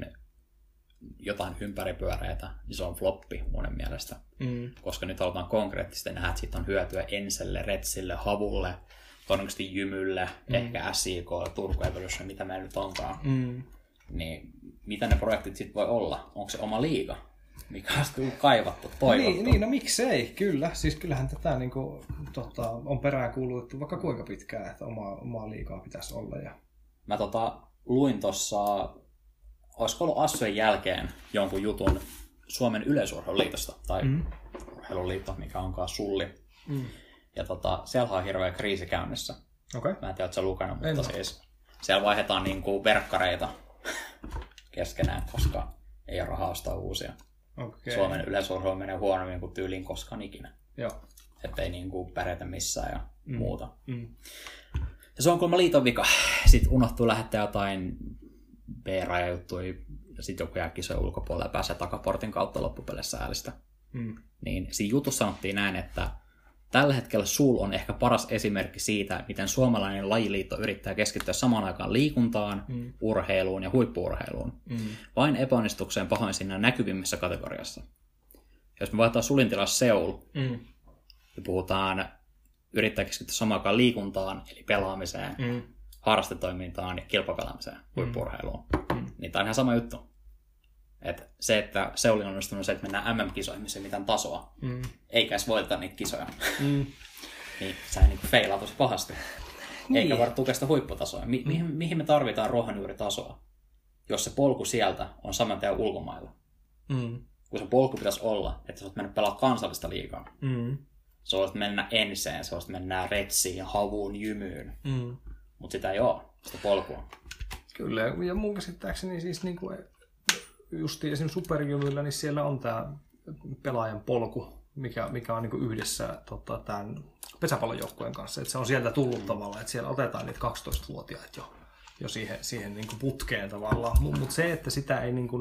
jotain ympäripyöreitä, niin se on floppi monen mielestä. Mm. Koska nyt halutaan konkreettisesti nähdä, että siitä on hyötyä Enselle, Retsille, Havulle, todennäköisesti Jymylle, mm. ehkä S I K, Turku Evolution, mitä meillä nyt onkaan. Mm. Niin mitä ne projektit sitten voi olla? Onko se oma liiga? Mikä on sitten kaivattu, toivottu? Niin, niin, no miksei, kyllä. Siis kyllähän tätä niin kuin, tota, on peräänkuulutettu vaikka kuinka pitkään, että oma, omaa liigaa pitäisi olla. Ja... Mä tota, luin tuossa, olisiko ollut Assojen jälkeen jonkun jutun Suomen yleisurheiluliitosta, tai mm. urheiluliitto, mikä onkaan sulli. Mm. Ja tota, siellä on hirveä kriisi käynnissä. Okay. Mä en tiedä, ootko sä lukenut, mutta siis siellä vaihdetaan niinku verkkareita keskenään, koska ei ole rahaa ostaa uusia. Okay. Suomen yleisurheilu menee huonommin kuin tyyliin koskaan ikinä. Joo. Että ei niinku pärjätä missään ja mm. muuta. Mm. Ja se on kuulemma liiton vika. Sitten unohtuu lähettää jotain B-rajajuttuja ja sitten joku jää kisojen ulkopuolelle ja pääsee takaportin kautta loppupeleissä äälistä. Mm. Niin siinä jutussa sanottiin näin, että tällä hetkellä S U L on ehkä paras esimerkki siitä, miten suomalainen lajiliitto yrittää keskittyä samaan aikaan liikuntaan, mm. urheiluun ja huippu-urheiluun. Mm. Vain epäonnistukseen pahoin siinä näkyvimmissä kategoriassa. Jos me vaihtaa Sulin tilassa Seul mm. ja puhutaan yrittää keskittyä samaan aikaan liikuntaan, eli pelaamiseen, mm. harrastetoimintaan ja kilpapelaamiseen, huippu-urheiluun, mm. niin tämä on ihan sama juttu. Et se, että Seulin on onnistunut se, että mennään M M-kisoihin, missä ei mitään tasoa, mm. eikä edes voiteta niitä kisoja, mm. niin se ei niinku feilaa tosi pahasti. Niin. Eikä voida tukea sitä huipputasoa. Mi- mm. mihin, mihin me tarvitaan ruohonjuuritasoa, jos se polku sieltä on saman tien ulkomailla? Mm. Kun se polku pitäisi olla, että sä voit mennä pelaa kansallista liigaa. Mm. Sä voit mennä Enseen, sä voit mennä Retsiin, Havuun, Jymyyn. Mm. Mutta sitä ei ole, sitä polkua. Kyllä, ja mun käsittääkseni siis niinku... Justiin esimerkiksi Superjymyllä, niin siellä on tämä pelaajan polku, mikä, mikä on niinku yhdessä tota, tämän pesäpallojoukkueen kanssa. Et se on sieltä tullut mm. tavallaan, että siellä otetaan niitä kaksitoistavuotiaat jo, jo siihen, siihen niinku putkeen tavallaan. Mutta se, että sitä ei, niinku,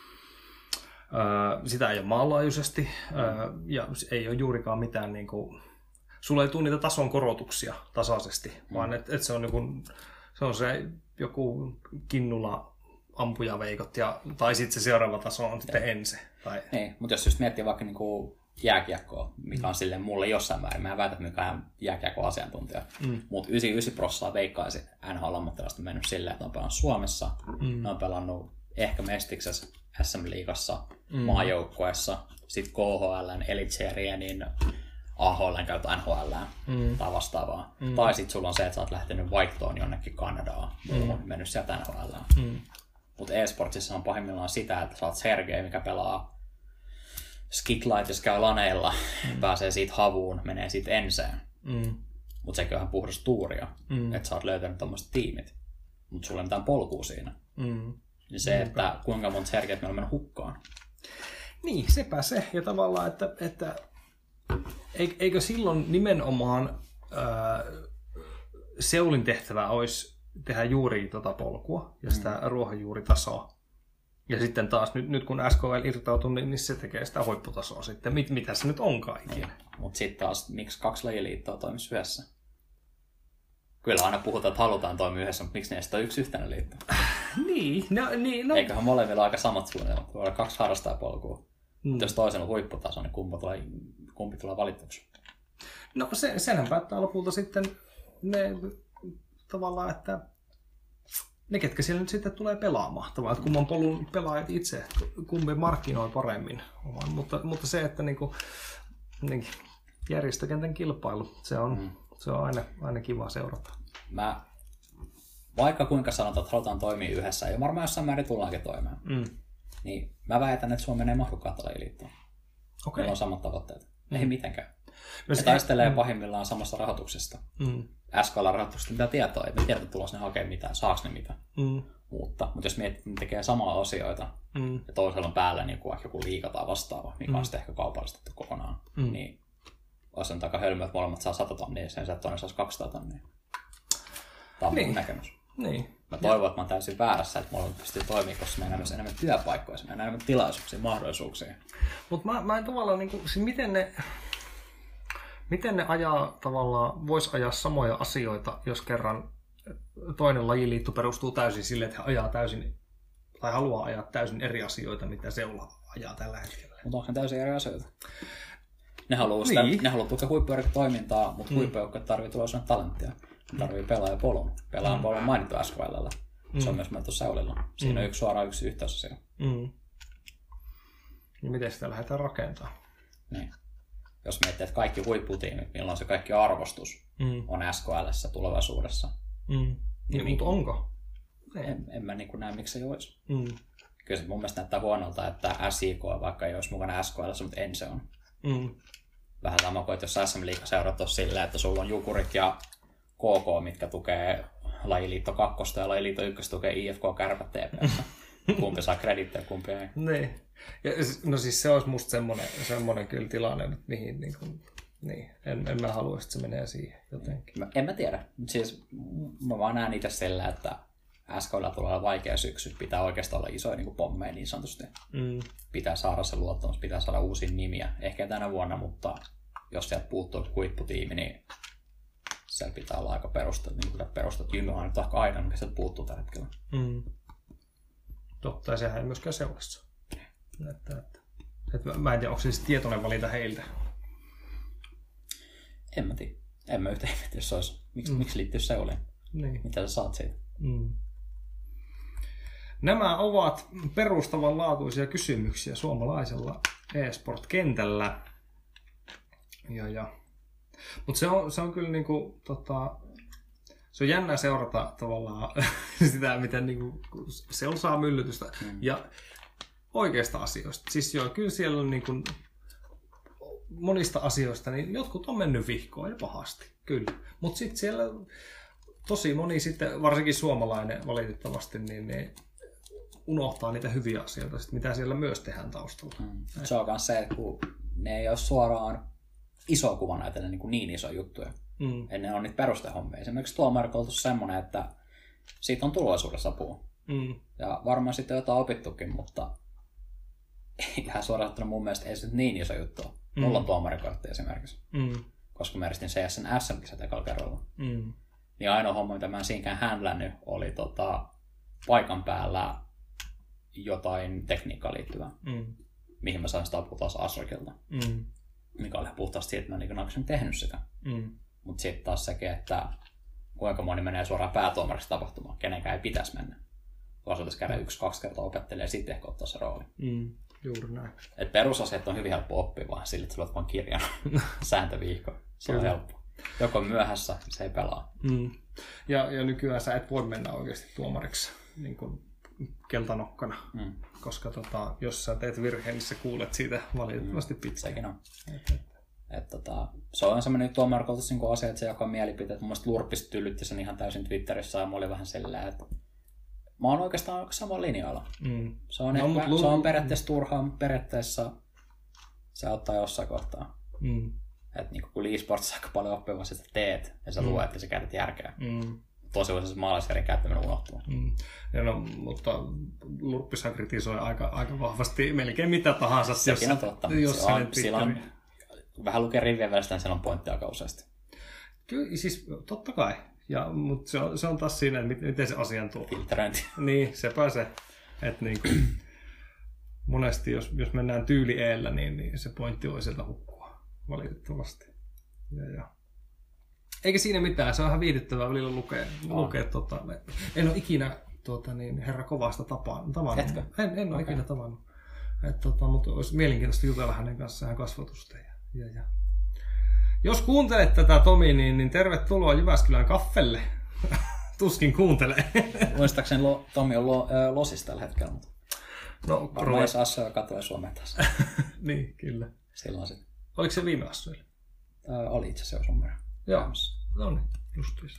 ää, sitä ei ole maanlaajuisesti mm. ää, ja ei ole juurikaan mitään, niinku, sulla ei tule niitä tason korotuksia tasaisesti, mm. vaan että et se, niinku, se on se joku Kinnula ampujaveikot, ja, tai sitten se seuraava taso on sitten Ense. Tai... Niin, mutta jos just miettii vaikka niinku jääkiekkoa, mikä on mm. silleen mulle jossain määrin, mä en väitä, että mikään jääkiekko-asiantuntija, mm. mutta yhdeksänkymmentäyhdeksän prosenttia veikkaisi N H L-ammattilaista mennyt silleen, että ne on pelannut Suomessa, mm. ne on pelannut ehkä Mestiksessä, S M-liigassa, mm. maajoukkueessa, sitten K H L:n, Elitserienin, A H L:n kautta N H L:ään mm. tai vastaavaa. Mm. Tai sitten sulla on se, että sä oot lähtenyt vaihtoon jonnekin Kanadaan, mm. on mennyt sieltä N H L:ään. Mm. Mutta e-sportsissa on pahimmillaan sitä, että sä oot Sergei, mikä pelaa Skiklightissa, käy laneilla, mm. pääsee siitä Havuun, menee siitä Enseen. Mm. Mutta sekin on ihan puhdasta tuuria, mm. että sä oot löytänyt tommoset tiimit. Mutta sulla ei mitään polkua siinä. Mm. Niin se, mm. että kuinka monta Sergeitä meillä on mennyt hukkaan. Niin, sepä se. Ja tavallaan, että, että eikö silloin nimenomaan ää, Seulin tehtävä olisi tehdä juuri tuota polkua ja sitä mm. ruohonjuuritasoa. Ja sitten taas nyt, nyt kun S K L irtautuu, niin, niin se tekee sitä huipputasoa sitten. Mit, mitä se nyt onkaan ikinä. Mutta sitten taas, miksi kaksi lajiliittoa toimisi yhdessä? Kyllä aina puhutaan, että halutaan toimia yhdessä, mutta miksi ne ei sitä yksi yhtenä liitto? Niin, no, niin, no. Eiköhän molemmilla aika samat suunnitelmat. Voi olla kaksi harrastajapolkua. Mm. Mutta jos toisella on huipputaso, niin kumpi tulee, kumpi tulee valituksi? No se, senhän päättää lopulta sitten ne tavallaan, että ne, ketkä siellä nyt sitten tulee pelaamaan. Tavallaan, että kumman polun pelaajat itse, kumpi markkinoi paremmin. Mutta, mutta se, että niin kuin, niin, järjestökentän kilpailu, se on, mm. se on aina, aina kiva seurata. Mä, vaikka kuinka sanotaan, että halutaan toimia yhdessä, ja varmaan jossain määrin tullaankin toimeen, mm. niin mä väitän, että Suomen ei mahdu kattojaliittoon. Okay. Meillä on samat tavoitteet. Mm. Ei mitenkään. No, ne taistelee mm. pahimmillaan samasta rahoituksesta. Mm. S K L-rahoituksesta mitä tietoa, ei me tiedä tulossa ne hakee mitään, saaks ne mitään mm. uutta. Mutta jos miettii, että ne tekee samaa asioita, mm. ja toisella on päällä niin kuin joku liiga tai vastaava, mikä mm. on sitten ehkä kaupallistettu kokonaan, mm. niin olisi on taka hölmö, että molemmat saa sata tonnia, sen sijaan toinen saisi kaksisataa tonnia. Tämä on niin. mun näkemys. Niin. Mä toivon, että mä oon täysin väärässä, että molemmat pystyy toimimaan, koska meillä on myös enemmän työpaikkoja, meillä on enemmän tilaisuuksia, mahdollisuuksia. Mutta mä, mä en tavallaan, niin kuin, miten ne... Miten ne ajaa tavallaan, vois ajaa samoja asioita, jos kerran toinen lajiliitto perustuu täysin sille, että he ajaa täysin, tai haluaa ajaa täysin eri asioita, mitä seula ajaa tällä hetkellä. Mutta onko ne täysin eri asioita? Ne haluaa, sitä, niin. ne haluaa tukea huippujoukkuetoimintaa, mutta mm. huippujoukkueet tarvitsee tulla talenttia. Ne tarvitsee pelaajapolun. Pelaajapolun on mainittu S K L:llä. Se mm. on myös mainittu Seulilla. Siinä mm. on yksi suoraan yksi yhteysasia. Mm. Ja miten sitä lähdetään rakentamaan? Niin. Jos miettii, että kaikki huipputiimit, milloin se kaikki arvostus mm. on S K L:ssä tulevaisuudessa. Mm. Niin, niin, mutta onko? En, en mä niin kuin näe, miksi se olisi. Mm. Kyllä se mun mielestä näyttää huonolta, että S I K, vaikka ei olisi mukana S K L:ssä, mutta en se on. Mm. Vähän sama kuin, että jos S M-liiga seurat on silleen, että sulla on Jukurit ja K K, mitkä tukee Lajiliitto kakkosta ja Lajiliitto ykköstä tukee I F K, Kärpät, T P S. Kumpi saa kredittiä, kumpi ei. Niin. Ja, no siis se olisi musta semmoinen, semmoinen kyllä tilanne, mihin niin kuin, niin, en, en mä halua, että se menee siihen jotenkin. Mä, en mä tiedä. Siis, mä vaan näen itse sillä, että S K L tulee olla vaikea syksy. Pitää oikeastaan olla isoja niin kuin pommeja niin sanotusti. Mm. Pitää saada se luottamus, pitää saada uusia nimiä. Ehkä tänä vuonna, mutta jos sieltä puuttuu huipputiimi, niin siellä pitää olla aika perustat. Niin perustat Jymy on nyt ehkä aina, mikä sieltä puuttuu tällä hetkellä. Mm. Totta, ja sehän ei myöskään seurassa. Että, että, että mä en tiedä, onko se siis tietoinen valinta heiltä. En mä tiedä. En mä yhtään ihmettä, jos se olisi. Miks, mm. Miksi liittyy Seuliin? Niin. Mitä sä saat siitä? Mm. Nämä ovat perustavanlaatuisia kysymyksiä suomalaisella e-sport-kentällä. Ja, ja. Mutta se on, se on kyllä niinku, tota, se on jännää seurata tavallaan sitä, miten niinku, se on saa myllytystä. Mm. Ja oikeista asioista. Siis joo, kyllä siellä on niinku, monista asioista, niin jotkut on mennyt vihkoon ja pahasti, kyllä. Mutta sitten siellä tosi moni sitten, varsinkin suomalainen valitettavasti, niin ne unohtaa niitä hyviä asioita, sit mitä siellä myös tehdään taustalla. Mm. Se on myös se, että kun ne ei ole suoraan iso kuva näitä niin, niin iso juttuja. Mm. Ennen on niitä perustehommia. Esimerkiksi tuomarikoulutus on semmoinen, että siitä on tulevaisuudessa apua. Mm. Ja varmaan sitten jotain opittukin, mutta ihan suoraan sanottuna mun mielestä ei se niin iso juttu ole. Mm. Mulla on tuomarikortti esimerkiksi. Mm. Koska mä eristin C S N S M-kisat ekalla kerralla. Mm. Niin ainoa homma, mitä mä en siinäkään handlännyt, oli tota, paikan päällä jotain tekniikkaan liittyvää. Mm. Mihin mä sain sitä apua taas Asrokilta. Mm. Mikä oli puhtaasti siitä, että mä en aikaisemmin tehnyt sitä. Mm. Mutta sitten taas sekin, että kuinka moni menee suoraan päätuomariksi tapahtumaan, kenenkään ei pitäisi mennä. Voisi käydä yksi-kaksi kertaa opettelee ja sitten ehkä ottaa se rooli. Mm. Juuri näin. Et perusasiat on hyvin helppo oppia vaan sille, että sä luot vaan kirjan sääntöviikko. Se on helppo. Joko myöhässä, se ei pelaa. Mm. Ja, ja nykyään sä et voi mennä oikeasti tuomariksi niin kuin keltanokkana, mm. koska tota, jos sä teet virheen, niin sä kuulet siitä valitettavasti mm. pitkään. Sekin on. Et, et. Et, tota, se on semmoinen tuomarikoulutus niin asia, että se jakaa mielipiteet. Mun mielestä Lurppis tylytti sen ihan täysin Twitterissä ja mä olin vähän silleen, että mä oon oikeastaan aika samalla linjalla. Mm. Se, on no, ehkä, se on periaatteessa turhaa, periaatteessa se auttaa jossain kohtaa. Mm. Että niin kun e-sportissa aika paljon oppia, vaan sitä teet ja sä mm. luet ja sä käytät järkeä. Mm. Tosi usein se maalaisjärjen käyttäminen unohtuu. Mm. Ja no, mutta Lurppishan kritisoi aika, aika vahvasti melkein mitä tahansa. Sekin on totta. Jos se on, sillä on, vähän lukee rivien välistä, niin siellä on pointtia aika useasti. Kyllä, siis totta kai. Ja, mutta se on, se on taas siinä, että miten se asian tuo. Filtteröinti. Niin, sepä se. Että niin kuin, monesti, jos, jos mennään tyyli eellä, niin, niin se pointti voi sieltä hukkua, valitettavasti. Ja, ja. Eikä siinä mitään, se on ihan viihdyttävää välillä lukea. lukea tota, en ole ikinä tuota, niin, herra Kovasta tapaan, tavannut. Etkö? En, en ole Okay. ikinä tavannut. Et, tota, mutta olisi mielenkiintoista jutella hänen kanssaan hän kasvatusta. Ja, ja, ja. Jos kuuntelet tätä, Tomi, niin, niin tervetuloa Jyväskylän kaffelle. Tuskin kuuntelee. Muistaakseni lo, Tomi on lo, ö, Losissa tällä hetkellä, mutta No, varmaan jos Assoja katsoo Suomea taas. niin, kyllä. Silloin sitten. Oliko se viime assuilla? Ö, oli itse asiassa Suomea. Joo, no niin, justiinsa.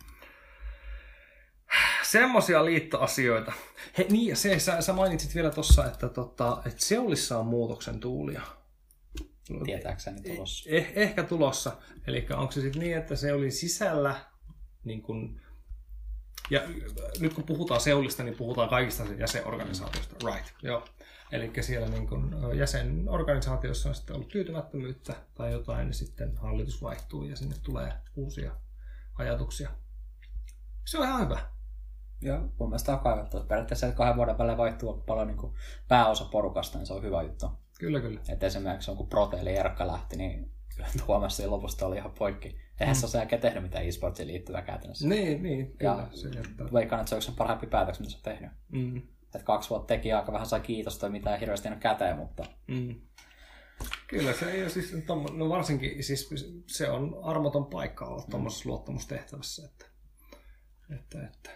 Semmoisia liittoasioita. He, niin, se, sä, sä mainitsit vielä tuossa, että, tota, että Seulissa on muutoksen tuulia. Tietääkseni tulossa. Eh, ehkä tulossa. Eli onko se sitten niin, että se oli sisällä, niin kun, ja nyt kun puhutaan Seulista, niin puhutaan kaikista jäsenorganisaatioista. Right, joo. Eli siellä niin kun jäsenorganisaatiossa on sitten ollut tyytymättömyyttä tai jotain, niin sitten hallitus vaihtuu ja sinne tulee uusia ajatuksia. Se on ihan hyvä. Joo, mun mielestä on kaivattu. Periaatteessa kahden vuoden välein vaihtuu paljon niin kuin pääosa porukasta, niin se on hyvä juttu. Kyllä, kyllä. Et esimerkiksi kun Prote eli Erkka lähti, niin huomasi, että lopusta oli ihan poikki. Eihän mm. se ole sen jälkeen tehnyt mitään e-sportsiin liittyvää käytännössä. Niin, niin kyllä. Ja se veikkaan, että se on yksi parhaimpia päätöksiä, mitä se on tehnyt. Mm. Et kaksi vuotta teki aika vähän sai kiitosta, mitä ei hirveästi jäänyt käteen, mutta... Mm. Kyllä se ei ole siis, no varsinkin siis se on armoton paikka olla mm. tuommoisessa luottamustehtävässä, että, että, että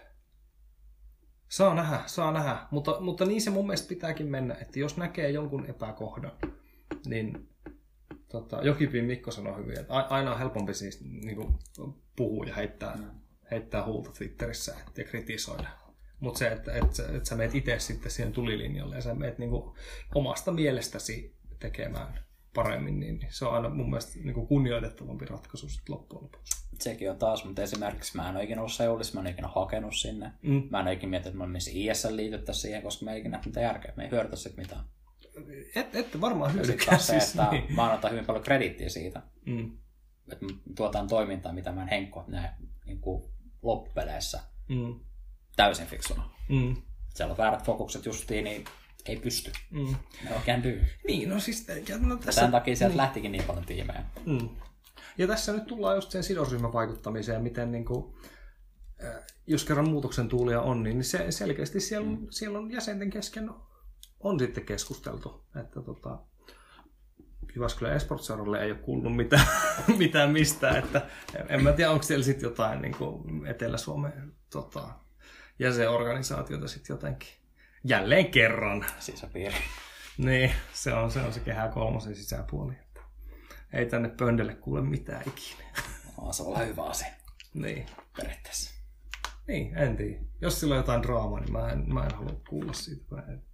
saa nähdä, saa nähdä, mutta, mutta niin se mun mielestä pitääkin mennä, että jos näkee jonkun epäkohdan, niin tota, Jokipin Mikko sanoi hyvin, että aina on helpompi siis niin kuin puhua ja heittää, mm. heittää huulta Twitterissä ja kritisoida. Mutta se, että, että, että sä meet itse sitten siihen tulilinjalle ja sä meet niin kuin omasta mielestäsi tekemään paremmin, niin se on aina mun mielestä niin kuin kunnioitettavampi ratkaisu sitten loppujen lopuksi. Sekin on taas, mutta esimerkiksi mä en ole ikinä ollut Seulissa, mä en ole ikinä hakenut sinne. Mm. Mä en ole ikinä miettinyt, että mä missä I S L liityttäisiin siihen, koska mä ei ikinä nähnyt mitään järkeä. Me ei hyödytä sitten mitään. Et, ette varmaan hyödykään. Se, siis, että niin. Mä annan hyvin paljon krediittiä siitä, mm. että tuotaan toimintaa, mitä mä en henkkoa näe niin kuin loppupeleissä mm. täysin fiksuna. Mm. Siellä on väärät fokukset justiin, niin ei pysty. Mm. Ne oikein dyy. Niin, no siis... Ja, no tässä, tämän takia sieltä niin. lähtikin niin paljon tiimejä. Mm. Ja tässä nyt tullaan just sen sidosryhmävaikuttamiseen, miten niin kuin, jos kerran muutoksen tuulia on, niin se selkeästi siellä, mm. siellä on jäsenten kesken on sitten keskusteltu, että tota, Jyväskylän eSports-seuralle ei ole kuulunut mitään, mitään mistään, että en mä tiedä, onko siellä sitten jotain niin kuin Etelä-Suomen tota, jäsenorganisaatiota sitten jotenkin jälleen kerran. Sisäpiiri. Niin, se on se, on se Kehä kolmosen sisäpuoli. Että ei tänne pöndelle kuule mitään ikinä. No, se on olla hyvä asia. Niin. Periaatteessa. Niin, en tiedä. Jos sillä on jotain draamaa, niin mä en, mä en halua kuulla siitä. Mä en...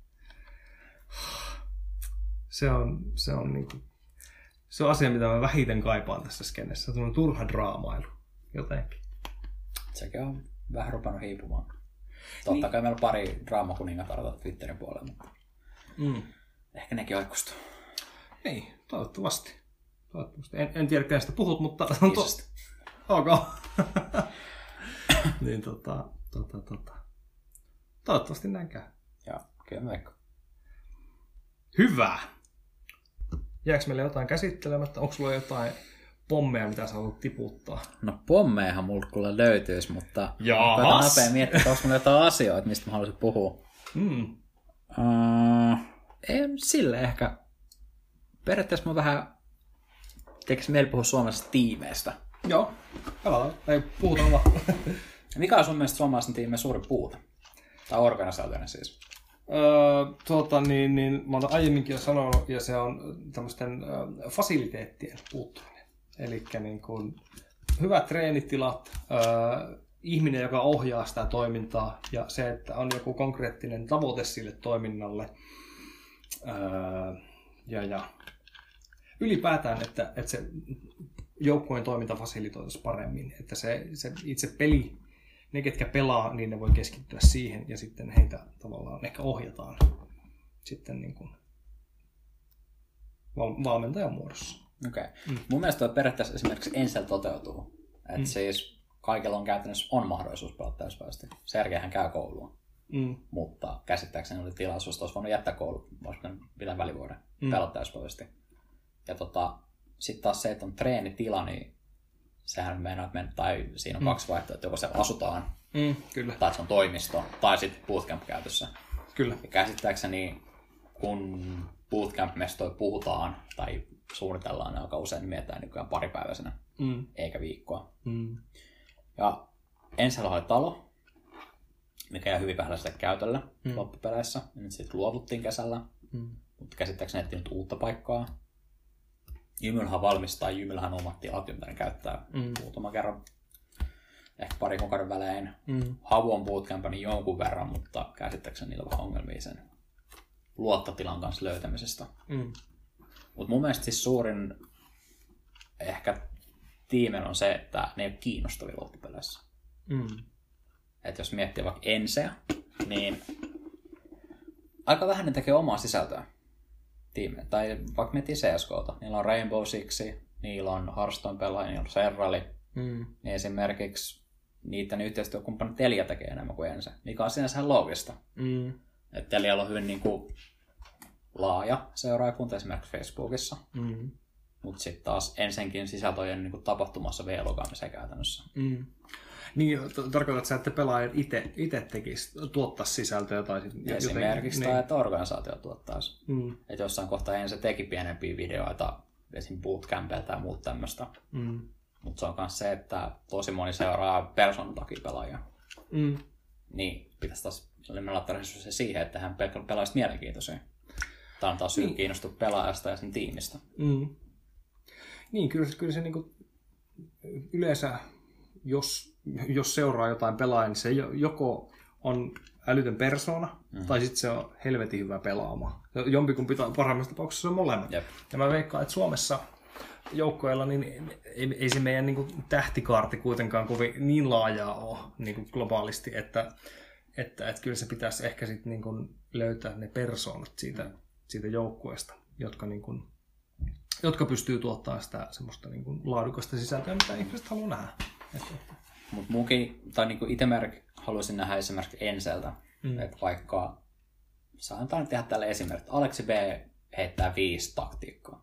Se on, se on niinku... Se on asia, mitä mä vähiten kaipaan tässä skennessä. Se on turha draamailu jotenkin. Sekin on vähän rupannut hiipumaan. Totta niin. Kai meillä on pari draamakuningatarta Twitterin puolella, mutta mm. ehkä nekin aikuistuu. Niin, toivottavasti. toivottavasti. En, en tiedä, kenestä puhut, mutta... Iisasta. Ok. niin tota, tota, tota. Toivottavasti näin käy. Joo, kyllä mä veikkaan. Hyvä! Jääkö meille jotain käsittelemättä? Onko sulla jotain pommeja, mitä sä haluat tiputtaa? No pommejahan multa kyllä löytyisi, mutta koitan nopea miettiä, että onko mulla jotain asioita, mistä mä haluaisin puhua. Mm. Uh, ei sille ehkä. Periaatteessa mä vähän tekisi mieli puhua suomalaisista tiimeistä. Joo, palataan. Ei, puhutaan vaan. Mikä on sun mielestä suomalaisen tiimeen suuri puute? Tai organisaationa siis? Öö, tuota, niin, niin, mä olen aiemminkin jo sanonut, ja se on tämmöisten ö, fasiliteettien puuttuminen. Eli niin kuin, hyvät treenitilat, ö, ihminen, joka ohjaa sitä toimintaa, ja se, että on joku konkreettinen tavoite sille toiminnalle. Öö, ja, ja ylipäätään, että, että se joukkueen toiminta fasilitoitaisiin paremmin, että se, se itse peli, ne ketkä pelaa, niin ne voi keskittyä siihen ja sitten heitä tavallaan ehkä ohjataan sitten niin kuin val- valmentajan muodossa. Okei. Okay. Mm. Mun mielestä toi periaatteessa esimerkiksi Ensel toteutuu. Että mm. siis kaikilla on käytännössä on mahdollisuus pelata täyspäiväisesti. Sergeihän käy koulua. Mm. Mutta käsittääkseni oli tilaisuus, että olisi voinut jättää koulu, voisi pitää välivuoden, mm. pelata täyspäiväisesti. Ja tota, sitten taas se, että on treenitila, niin sehän meinaa, että men, tai siinä on mm. kaksi vaihtoehtoa, että joko siellä asutaan, mm, kyllä. tai se on toimisto, tai sitten bootcamp käytössä. Kyllä. Ja käsittääkseni, kun bootcamp-mestoja puhutaan tai suunnitellaan, niin aika usein mietitään nykyään paripäiväisenä, mm. eikä viikkoa. Mm. Ja ensin oli talo, mikä jäi hyvin vähäiselle käytölle mm. loppupeleissä. Ja nyt sitten luovuttiin kesällä, mm. mutta käsittääkseni etsin nyt uutta paikkaa. Jymylhän valmistaa, Jymylhän omat tilat, ympäri käyttää mm. muutaman kerran, ehkä pari kuukauden välein. Mm. Havu on bootcampani jonkun verran, mutta käsittääkseni niillä on vähän ongelmia sen luottotilan kanssa löytämisestä. Mm. Mutta mun mielestä siis suurin ehkä tiimen on se, että ne ei ole kiinnostavia loppupeleissä. Mm. Että jos miettii vaikka Enseä, niin aika vähän ne tekee omaa sisältöä tiimille. Tai vaikka miettii C S K:ta, niillä on Rainbow Six, niillä on Hearthstone-pelaajia, niillä on Serrali. Mm. Niin esimerkiksi niiden yhteistyökumppanit Telia tekee enemmän kuin Ense, mikä on sinänsä ihan loogista. Mm. Että Telialla on hyvin niin kuin laaja seuraajakunta esimerkiksi Facebookissa. Mm. Mutta sitten taas Ensenkin sisältöjen niin kuin tapahtumassa V-logaamiseen käytännössä. Mm. Niin, tarkoitatko sä, että pelaajat itse tekisivät, tuottaisi sisältöä? Tai esimerkiksi, tai niin. Että organisaatio tuottaisi. Mm. Että jossain kohtaa Ense teki pienempiä videoita, esimerkiksi bootcampia tai muut tämmöistä. Mm. Mutta se on myös se, että tosi moni seuraa persoonan takia pelaajia. Mm. Niin, pitäisi taas laittaa resursseja siihen, että hän pelaisi mielenkiintoisia. Tämä on taas syy niin. Kiinnostua pelaajasta ja sen tiimistä. Mm. Niin, kyllä, kyllä se niinku yleensä, jos, jos seuraa jotain pelaajaa, niin se joko on älytön persoona, mm. tai sitten se on helvetin hyvä pelaama. Jompikumpi parhaimmassa tapauksessa se on molemmat. Jep. Ja mä veikkaan, että Suomessa joukkoilla niin ei, ei se meidän niin kuin, tähtikaarti kuitenkaan kovin niin laajaa ole niin kuin globaalisti, että, että, että kyllä se pitäisi ehkä sit, niin kuin, löytää ne persoonat siitä, mm. siitä joukkueesta, jotka, niin kuin, jotka pystyy tuottamaan sitä semmoista niin kuin, laadukasta sisältöä, mitä ihmiset haluaa nähdä. Mutta munkin, tai niin kuin itse haluaisin nähdä esimerkiksi Enseltä, mm. että vaikka saadaan nyt tehdä tällä esimerkiksi, Aleksi B heittää viisi taktiikkaa.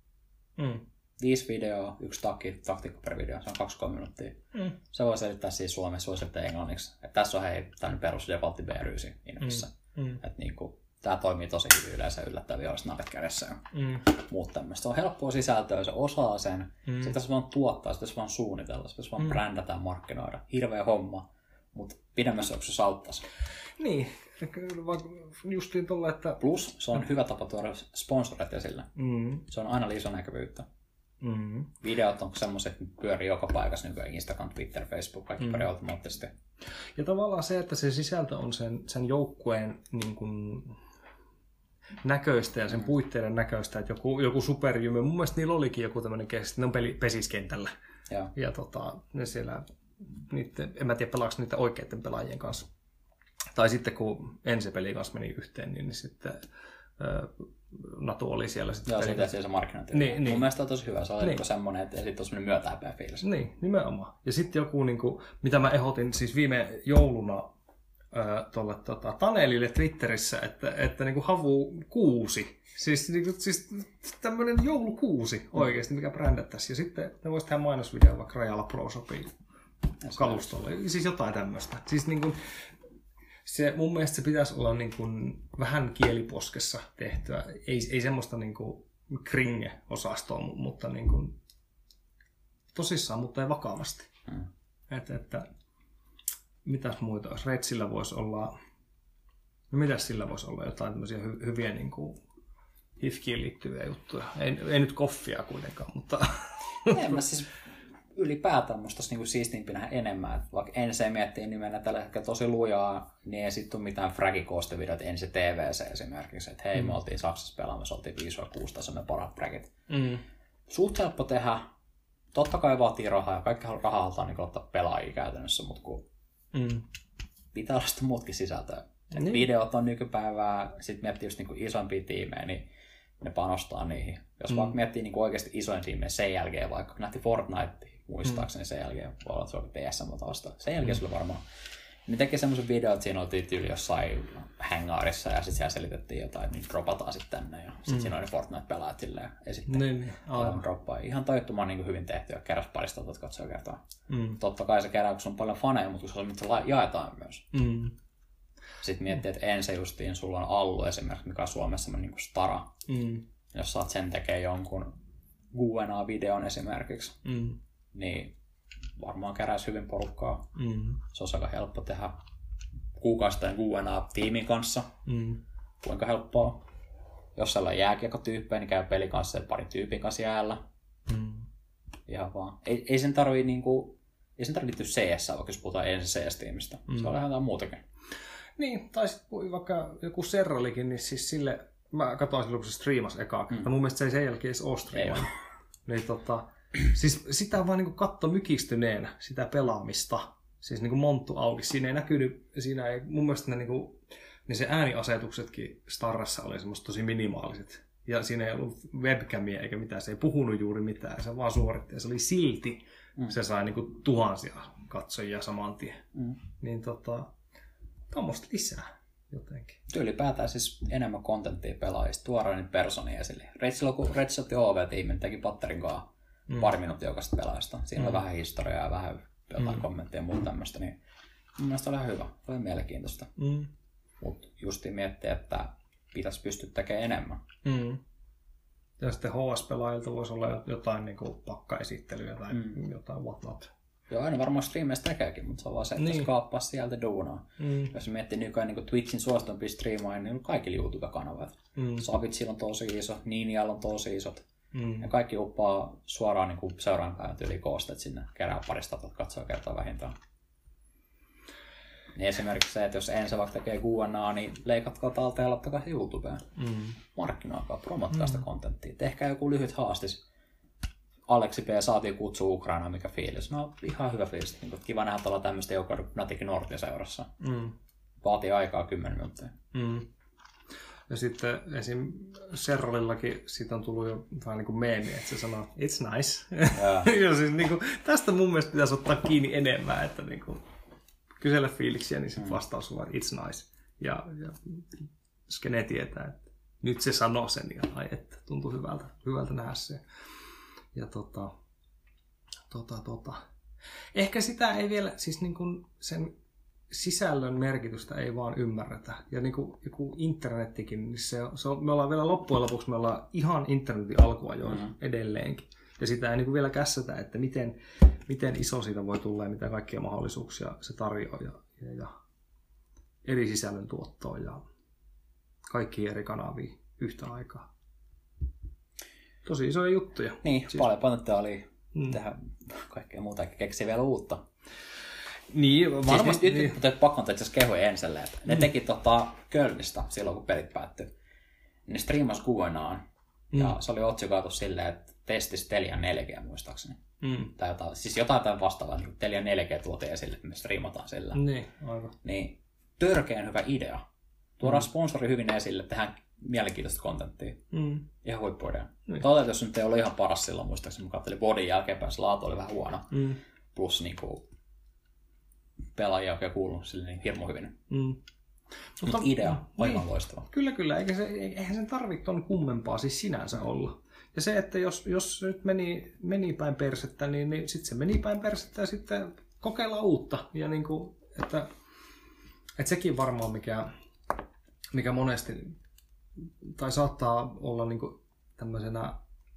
Mm. Viisi videoa, yksi takki, taktiikka per video, se on kaksi kolme minuuttia. Mm. Se voi selittää siis suomeksi, se voi selittää englanniksi. Et tässä on hei, tämmöinen perus defaultti B-ryysi Infissä. Mm. Mm. Että niinku, tää toimii tosi hyvin yleensä yllättäviä, olisi napet kädessä ja mm. muut tämmöistä. Se on helppoa sisältöä, se osaa sen. Mm. Se pitäisi vaan tuottaa, se pitäisi vaan suunnitella, se pitäisi vaan mm. brändätä ja markkinoida. Hirveä homma, mutta pidemmässä juoksussa auttaisi. Niin, justiin tolle, että... Plus se on mm. hyvä tapa tuoda sponsorit esille. Mm. Se on aina lisänäkyvyyttä. Mm-hmm. Videot on semmoiset, että pyörii joka paikassa nykyään Instagram, Twitter, Facebook, kaikki mm-hmm. pyörii automaattisesti. Ja tavallaan se, että se sisältö on sen, sen joukkueen niin kuin, näköistä ja sen puitteiden näköistä, että joku, joku superjymy, mun mielestä niillä olikin joku tämmöinen kesti, ne on peli, pesiskentällä. Ja, ja tota, ne siellä, niiden, en mä tiedä pelaako niitä oikeiden pelaajien kanssa. Tai sitten kun Ense-peli kanssa meni yhteen, niin, niin sitten... Öö, Natu oli siellä sitten. Joo, siitä se markkinointi. Niin, niin. Mun mielestä on tosi hyvä. Se on niin. semmoinen, että sitten on semmoinen myötähäpeä fiilis. Niin, nimenomaan. Ja sitten joku, niin kuin, mitä mä ehdotin siis viime jouluna äh, tuolle tota, Tanelille Twitterissä, että, että niin kuin havu kuusi. Siis, niin kuin, siis tämmöinen joulukuusi oikeasti, mikä brändättäisiin. Ja sitten ne voisi tehdä mainosvideo vaikka Rajalla Pro Shopin kalustolle. Siis jotain tämmöistä. Siis niin kuin, se, mun mielestä se pitäisi olla niin kuin vähän kieliposkessa tehtyä. Ei, ei semmoista niin kuin kringe-osastoa, mutta niin kuin tosissaan, mutta ei vakavasti. Mm. Että, että, mitäs muita olisi? Retsillä voisi olla, no mitäs sillä voisi olla? Jotain tämmöisiä hy, hyviä niin kuin H I F Kiin liittyviä juttuja. Ei, ei nyt koffia kuitenkaan, mutta... En mä siis... Ylipäätään musta olisi niinku siistimpinä enemmän. Että vaikka Ense miettii nimenä tällä hetkellä tosi lujaa, niin ei sitten ole mitään fragikoostevideot Ense T V C esimerkiksi. Että hei, mm. me oltiin Saksassa pelaamassa, oltiin viisi kuusi tasomme parhaat fragit. Mm. Suht helppo tehdä. Totta kai vaatii rahaa ja kaikki rahaa halutaan niin ottaa pelaajia käytännössä, mutta kun mm. pitää olla sitten muutkin sisältöä. Mm. Videot on nykypäivää, sitten miettii just niinku isompia tiimejä, niin ne panostaa niihin. Jos mm. vaikka miettii niinku oikeasti isoin tiimejä sen jälkeen, vaikka nähti Fortnite, muistaakseni sen jälkeen. Voi olla, että se oli P S M vasta. Sen jälkeen mm. se oli varmaan. Ne teki semmoisen videon, että siinä oltiin tyyli jossain hangaarissa ja sitten siellä selitettiin jotain, niin dropataan sitten tänne. Ja sitten mm. siinä oli ne Fortnite-pelaajat silleen ja sitten niin, droppaa. Ihan tajuttoman niin hyvin tehty ja keräs parista tuota katsoa kertaa. Mm. Totta kai se kerää, kun se on paljon faneja, mutta se on mitä jaetaan myös. Mm. Sitten miettii, että ensin justiin sulla on Allu esimerkiksi, mikä on Suomessa semmoinen niin stara. Mm. Jos saat sen tekee jonkun Q and A-videon esimerkiksi, mm. niin varmaan keräisi hyvin porukkaa. Mm. Se olisi aika helppo tehdä kuukausittain Q and A-tiimin kanssa. Mm. Kuinka helppoa. Jos siellä on jääkiekkotyyppejä, niin käy pelin kanssa ja pari tyypin kanssa jäällä. Mm. Ihan vaan. Ei, ei sen tarvii niinku, ei sen tarvitse C S, vaikka jos puhutaan ensin C S-tiimistä. Mm. Se on vähän jotain muutakin. Niin, tai sitten vaikka joku Serralikin, niin siis sille, mä katsoin silloin, kun se striimasi ekaa kertaa. Mm. Mun mielestä se ei sen jälkeen edes ole striimannut. Niin tota, siis sitä vaan niinku katto mykistyneenä, sitä pelaamista. Siis niinku monttu auki. Siinä ei näkynyt, siinä ei, mun mielestä ne, niinku, niin se ääniasetuksetkin Starrassa oli semmoista tosi minimaaliset. Ja siinä ei ollut webcamia eikä mitään, se ei puhunut juuri mitään, se vaan suoritti. Ja se oli silti, mm. se sai niinku tuhansia katsojia saman tien. Mm. Niin tota, tuommoista lisää jotenkin. Ylipäätään siis enemmän kontenttia pelaajista, tuoda niitä personia esille. Silloin kun Red Shot ja O V-tiimi teki Patterin kanssa mm. pari minuuttia jokaista pelaajasta. Siinä mm. on vähän historiaa ja vähän jotain mm. kommentteja ja muuta tämmöistä, niin mun mielestä oli ihan hyvä. Oli mielenkiintoista. Mm. Mutta justiin miettiä, että pitäisi pystyä tekemään enemmän. Mm. Ja sitten H S-pelaajilta voisi olla jotain niin kuin pakkaesittelyä tai mm. jotain whatnot. Joo, aina varmaan striimeistä tekeekin, mutta se on vaan se, että niin. Kaappaa sieltä duunaa. Mm. Jos miettii nykyään niin Twitchin suositumpia striimaajia, niin on kaikilla YouTube-kanavat. Mm. Savitsilla on tosi iso, Ninjalla on tosi isot. Mm. Ja kaikki uppaa suoraan niin kuin seuraavan päivän tyyliin koosteet sinne, kerää parista katsoa kertaa vähintään. Niin esimerkiksi se, että jos ensin vaikka tekee Q and A, niin leikatkaa talteen ja lattakaa se YouTubeen. Mm. Markkinoikaa, promotkaa sitä mm. kontenttia. Tehkää joku lyhyt haastis. Aleksi P. saatiin kutsua Ukrainaan, mikä fiilis. No ihan hyvä fiilis. Niin, kiva nähdä olla tämmöistä joka Natikin Nortin seurassa. Mm. Vaatii aikaa kymmenen minuuttia. Mm. Ja sitten esim. Serralillakin siitä on tullut jo vähän niin kuin meemi, että se sanoo, it's nice. Ja siis niin kuin, tästä mun mielestä pitäisi ottaa kiinni enemmän, että niin kuin, kysellä fiiliksiä, niin sitten vastaus on, it's nice. Ja, ja skene tietää, että nyt se sanoo sen ja ai, että tuntuu hyvältä, hyvältä nähdä se. Ja tota, tota, tota. Ehkä sitä ei vielä, siis niin kuin sen sisällön merkitystä ei vaan ymmärretä. Ja niin kuin joku internettikin, niin se on, se on, me ollaan vielä loppujen lopuksi, me ollaan ihan internetin alkuajoilla mm-hmm. edelleenkin. Ja sitä ei niin kuin vielä kässätä, että miten, miten iso siitä voi tulla ja mitä kaikkia mahdollisuuksia se tarjoaa. Ja, ja, ja eri sisällön tuottoa ja kaikki eri kanavia yhtä aikaa. Tosi isoja juttuja. Niin, siis paljon potentiaalia mm. tehdä kaikkea muuta, eikä keksiä vielä uutta. Niin, varmasti. Siis nyt, nyt, nyt pakko itse asiassa kehuja enselle, että ne mm. teki tota Kölnistä silloin, kun pelit päättyi. Ne striimasi Q and A:n, mm. ja se oli otsikoitu silleen, että testis Telia neljä G muistaakseni. Mm. Tai jotain, siis jotain tämän vastaavaa, niin Telia neljä G tuotiin esille, että me striimataan sillä. Niin, aivan. Niin, törkeän hyvä idea. Tuodaan mm. sponsori hyvin esille, tehdään mielenkiintoista kontenttia. Mm. Ihan huippuidea. Niin. Toivottavasti, jos nyt ei ollut ihan paras silloin, muistaakseni, mä katselin bodin jälkeenpäin, se laatu oli vähän huono. Mm. Plus niinku pelaajia oikein kuulunut sille niin hirmu hyvin. Mm. Mutta Mut idea on aivan niin, loistava. Kyllä, kyllä. Eikä se, eihän sen tarvitse ton kummempaa siis sinänsä olla. Ja se, että jos, jos nyt meni, meni päin persettä, niin, niin sitten se meni päin persettä ja sitten kokeillaan uutta. Ja niin kuin, että, että sekin varmaan mikä, mikä monesti tai saattaa olla niin kuin tämmöisenä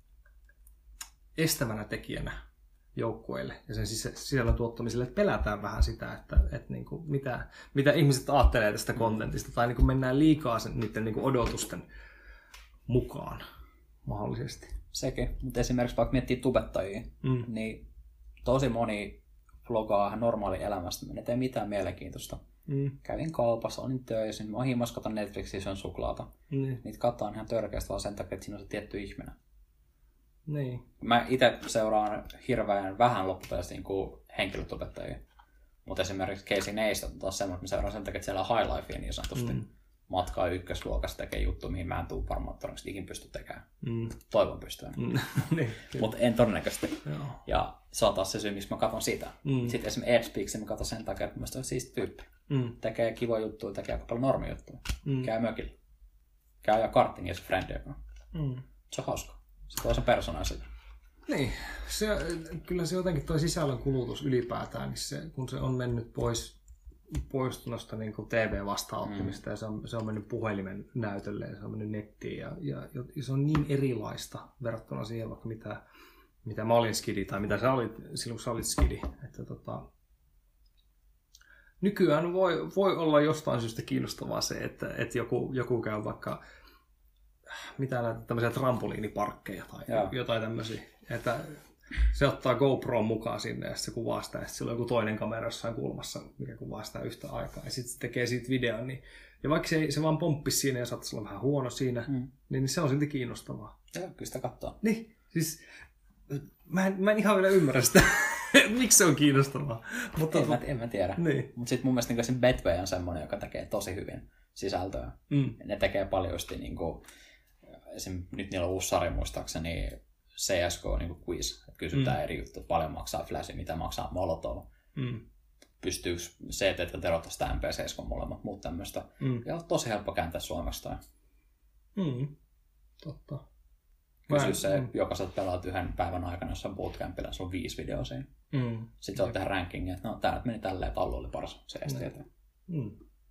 estävänä tekijänä joukkueille ja sen sisällön tuottamiselle, että pelätään vähän sitä, että, että niin kuin mitä, mitä ihmiset ajattelee tästä kontentista, tai niin kuin mennään liikaa sen, niiden niin kuin odotusten mukaan mahdollisesti. Sekin, mutta esimerkiksi vaikka miettii tubettajia, mm. niin tosi moni vlogaa normaali elämästä, ne ei tee mitään mielenkiintoista. Mm. Kävin kaupassa, olin töissä, mä oon himas katon Netflixiä, se on suklaata. Mm. Niitä katsotaan ihan törkeästi vaan sen takia, että siinä on se tietty ihminen. Niin. Mä itse seuraan hirveän vähän loppupeleissä niin kuin henkilötubettajia. Mutta esimerkiksi Casey Neistat on taas semmoinen, että mä seuraan sen takia, että siellä on high lifea niin sanotusti. Mm. matkaa ykkösluokassa tekee juttu, mihin mä en tuu varmaan todennäköisesti ikin pysty tekemään. Mm. Toivon pystyä. Mm. niin, mutta en todennäköisesti. Joo. Ja se on taas se syy, miksi mä katson sitä. Mm. Sitten esimerkiksi Edspeaksin mä katson sen takia, että mä on siisti tyyppi. Mm. Tekee kiva juttuja, tekee aika paljon normijuttuja. Mm. Käy mökillä. Käy ajaa karttingin se frendi, joka Mm. se on hauska. Se tuo sen persoonallisen. Niin, se, kyllä se jotenkin tuo sisällön kulutus ylipäätään, niin se, kun se on mennyt pois poistunnosta niin kuin T V-vastaanottimista mm. ja se on, se on mennyt puhelimen näytölle ja se on mennyt nettiin ja, ja, ja se on niin erilaista verrattuna siihen vaikka mitä, mitä mä olin skidi tai mitä sä olit silloin kun sä olit skidi. Että tota, nykyään voi, voi olla jostain syystä kiinnostavaa se, että, että joku, joku käy vaikka mitä näitä tämmöisiä trampoliiniparkkeja tai Joo. jotain tämmöisiä, että se ottaa GoPron mukaan sinne ja se kuvaa sitä ja sitten sillä on joku toinen kamera jossain kulmassa, mikä kuvaa sitä yhtä aikaa ja sitten se tekee siitä videon. Niin, ja vaikka se, se vaan pomppisi siinä ja saattaisi olla vähän huono siinä, mm. niin se on silti kiinnostavaa. Joo, kyllä sitä katsoo. Niin, siis mä en, mä en ihan vielä ymmärrä sitä, miksi se on kiinnostavaa. Mutta en, mä, en mä tiedä. Niin. Mutta sitten mun mielestä niin Betway on semmoinen, joka tekee tosi hyvin sisältöä. Mm. Ne tekee paljon just niin kuin, esim. Nyt niillä on uusi sarja muistaakseni C S G O niin kuin quiz. Että kysytään mm. eri juttuja, paljon maksaa Flash, mitä maksaa Molotov. Mm. Pystyykö C T T erottaa sitä M P C S K molemmat, muut tämmöistä. Mm. Ja on tosi helppo kääntää suomeksi toi. Mm. Totta. Kysy se, mm. joka sä pelaat yhden päivän aikana jossain bootcampilla, se on viisi videoa siinä. Mm. Sitten oot tehdä rankingia, että no tää nyt meni tälleen, että Allu oli paras C S T T. Mm.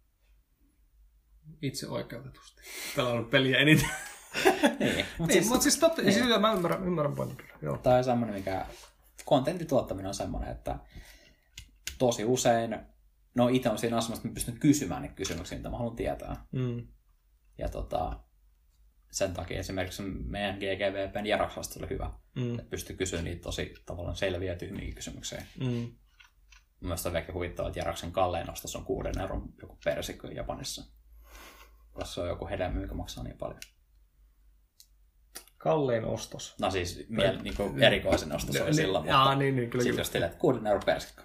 Itse oikeutetusti. Pelannut peliä eniten. niin, mutta siis, mut siis totta, niin. Siis, mä ymmärrän, ymmärrän paljon kyllä. Joo. Tämä on semmoinen, mikä kontentin tuottaminen on semmoinen, että tosi usein, no itse on siinä asemassa, että mä pystyn kysymään niitä kysymyksiä, mitä mä haluan tietää. Mm. Ja tota, sen takia esimerkiksi meidän G G V P:n Jeraksasta oli hyvä, mm. että pystyy kysymään niitä tosi tavallaan selviä tyhmiä kysymyksiä. Mm. Mielestäni on vaikka huvittavaa, että Jeraksen kallein ostos on kuuden euron joku persikko Japanissa. Koska se on joku hedelmä, mikä maksaa niin paljon. Kallein ostos. No siis miel, niin kuin erikoisen ostos oli silloin, mutta jaa, niin, niin, kyllä, sitten jos tilet kuuden euron persikko.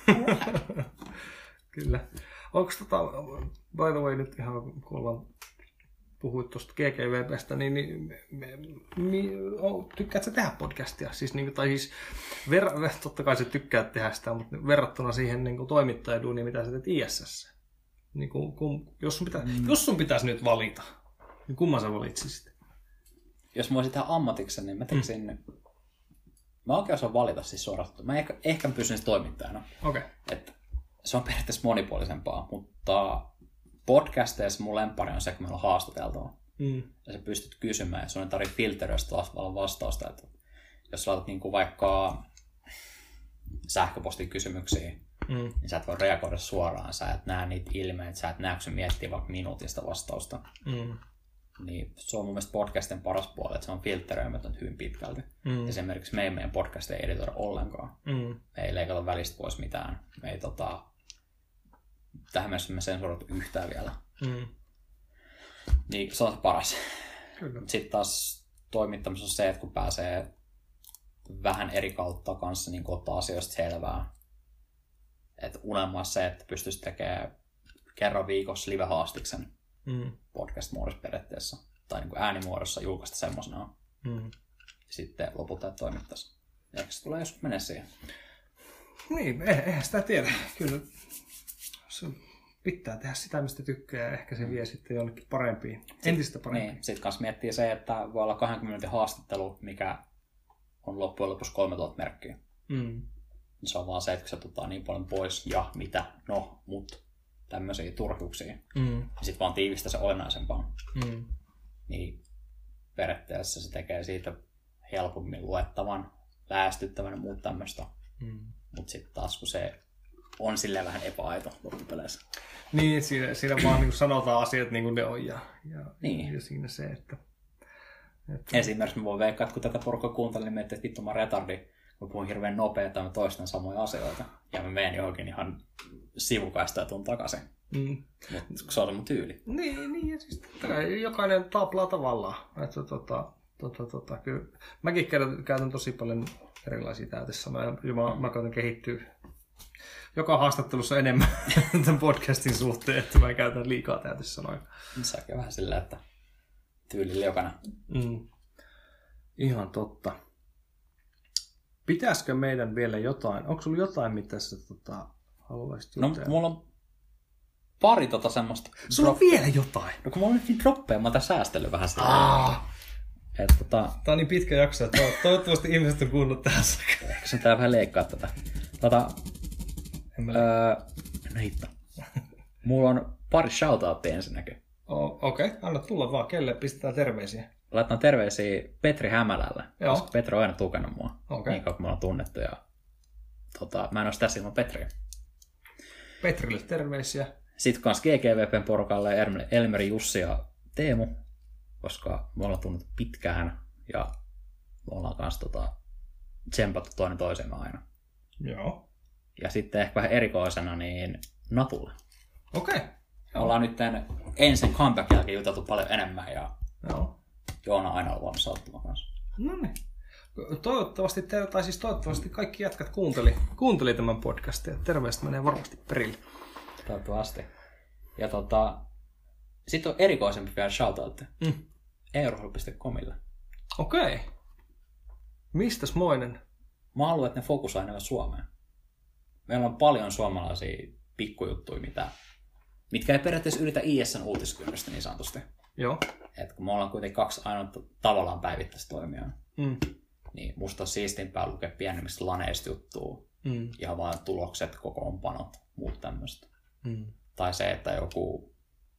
Kyllä. Onko tota, by the way nyt ihan kun ollaan puhuit tuosta G G V P:stä, niin, niin, niin tykkäätkö sä tehdä podcastia? Siis, niin, tai siis, ver, totta kai sä tykkäät tehdä sitä, mutta verrattuna siihen niin toimittajaduuniin, mitä sä teet I S S. Niin kun, kun, jos, sun pitä, mm. jos sun pitäisi nyt valita, niin kumman sä valitsisit? Jos mä olisin tehdä ammatiksen, niin mä tekisin... Mm. Mä oikein osaan valita siis suoraan. Mä ehkä, ehkä pysyisin toimittajana. Okay. Et se on periaatteessa monipuolisempaa, mutta podcasteissa mun lemppari on se, kun meillä on haastateltua. Mm. Ja sä pystyt kysymään, ja sun ei tarvitse filteröistä vastausta. Että jos sä laitat niinku vaikka sähköpostikysymyksiä, mm. niin sä et voi reagoida suoraan. Sä et näe niitä ilmeitä, sä et näe, kun sä miettii vaikka minuutista vastausta. Mm. Niin se on mun mielestä podcastin paras puoli, että se on filtteröimätön hyvin pitkälti. Mm. Esimerkiksi me ei meidän podcastia ei editoida ollenkaan. Mm. Me ei leikata välistä pois mitään. Me ei tota... Tähän mennessä me sensuroitu yhtään vielä. Mm. Niin se on se paras. Sitten taas toimittamisessa on se, että kun pääsee vähän eri kautta kanssa niin ottaa asioista selvää. Että unelma on se, että pystyisi tekemään kerran viikossa live-haastiksen. Mm. Podcast-muodossa periaatteessa, tai niin kuin äänimuodossa julkaista semmoisena. Mm. Sitten lopulta toimittaisi. Ehkä se tulee joskus mennä siihen. Niin, eihän sitä tiedä. Kyllä se pitää tehdä sitä, mistä tykkää, ja ehkä se vie sitten jonnekin parempiin, entistä parempiin. Niin. Sitten kanssa miettii se, että voi olla kaksikymmentä minuutin haastattelu, mikä on loppujen lopuksi kolmetuhatta merkkiä. Mm. Se on vaan se, että kun se tutaa niin paljon pois, ja mitä, no, mut. Tämmöisiä turhuuksia. Mm. Ja sitten vaan tiivistä se olennaisempaa. Mm. Niin periaatteessa se tekee siitä helpommin luettavan, lähestyttävän ja muut tämmöistä. Mm. Mutta sitten taas kun se on silleen vähän epäaito loppupeleissä. Niin, siinä, siinä vaan niin sanotaan asiat niin kuin ne on. Ja, ja, niin. ja siinä se, että... että... Esimerkiksi mä voin veikkaa, että kun tätä porukkaa kuuntelin, niin miettii, että vittu mä retardi. Mä puhun hirveän nopeaa, mä toistan samoja asioita. Ja mä menen johonkin ihan sivukaista ja tuun takaisin. Mm. Mutta se on mun tyyli. Niin, niin ja siis jokainen taplaa tavallaan. Että, tota, tota, tota, kyllä. Mäkin käytän tosi paljon erilaisia täytesanoja. Ja mä, mm. mä koitan kehittyä joka haastattelussa enemmän tämän podcastin suhteen, että mä käytän liikaa täytysanoja. Se on vähän silleen, että tyyli liokana. Mm. Ihan totta. Pitäisikö meidän vielä jotain? Onko sulla jotain, mitä sä tota, haluaisit No, jutella? mulla on pari tota semmoista... Sulla on vielä jotain? No kun mulla on nyt droppeja, mä oon tässä säästellyt vähän sitä. Ah. Että tota... Tää on niin pitkä jakso, että toivottavasti ihmiset on kuunnut tähän saakka. Ehkä sun tää vähän leikkaa tätä. Tota... Öö, no hitto. Mulla on pari shoutouttia ensinnäkin. Oh, Okei, okay. Anna tulla vaan. Kelle pistetään terveisiä? Laitan terveisiä Petri Hämälälle, Joo. koska Petri on aina tukenut mua. Okay. Niin kauan kuin me ollaan tunnettu. Ja, tota, mä en olisi tässä ilman Petriä. Petrille terveisiä. Sitten kans G G V P:n porukalle Elmeri, Jussi ja Teemu, koska me ollaan tunnettu pitkään ja me ollaan kans tota, tsempattu toinen toisemme aina. Joo. Ja sitten ehkä vähän erikoisena niin Natulle. Okei. Okay. Me ollaan nyt ensin comeback jälkeen juteltu paljon enemmän ja Joo. Joona on aina ollut valmis auttamaan kanssa. No niin. Toivottavasti, tai siis toivottavasti kaikki jätkät kuunteli, kuunteli tämän podcastin ja terveistä menee varmasti perille. Toivottavasti. Ja tota, sitten on erikoisempi vielä shoutout. Mm. eurohelu piste comille. Okei. Okay. Mistäs moinen? Mä haluan, että ne fokusoi enemmän Suomeen. Meillä on paljon suomalaisia pikkujuttuja, mitä, mitkä ei periaatteessa ylitä I S:n uutiskynnystä niin sanotusti. Joo. Et kun me ollaan kuitenkin kaksi ainoa tavallaan päivittäistä toimijaa, Mm. niin musta on siistimpää lukea pienemmistä laneista juttua. Mm. Ihan vaan tulokset, kokoonpanot, muut tämmöistä. Mm. Tai se, että joku,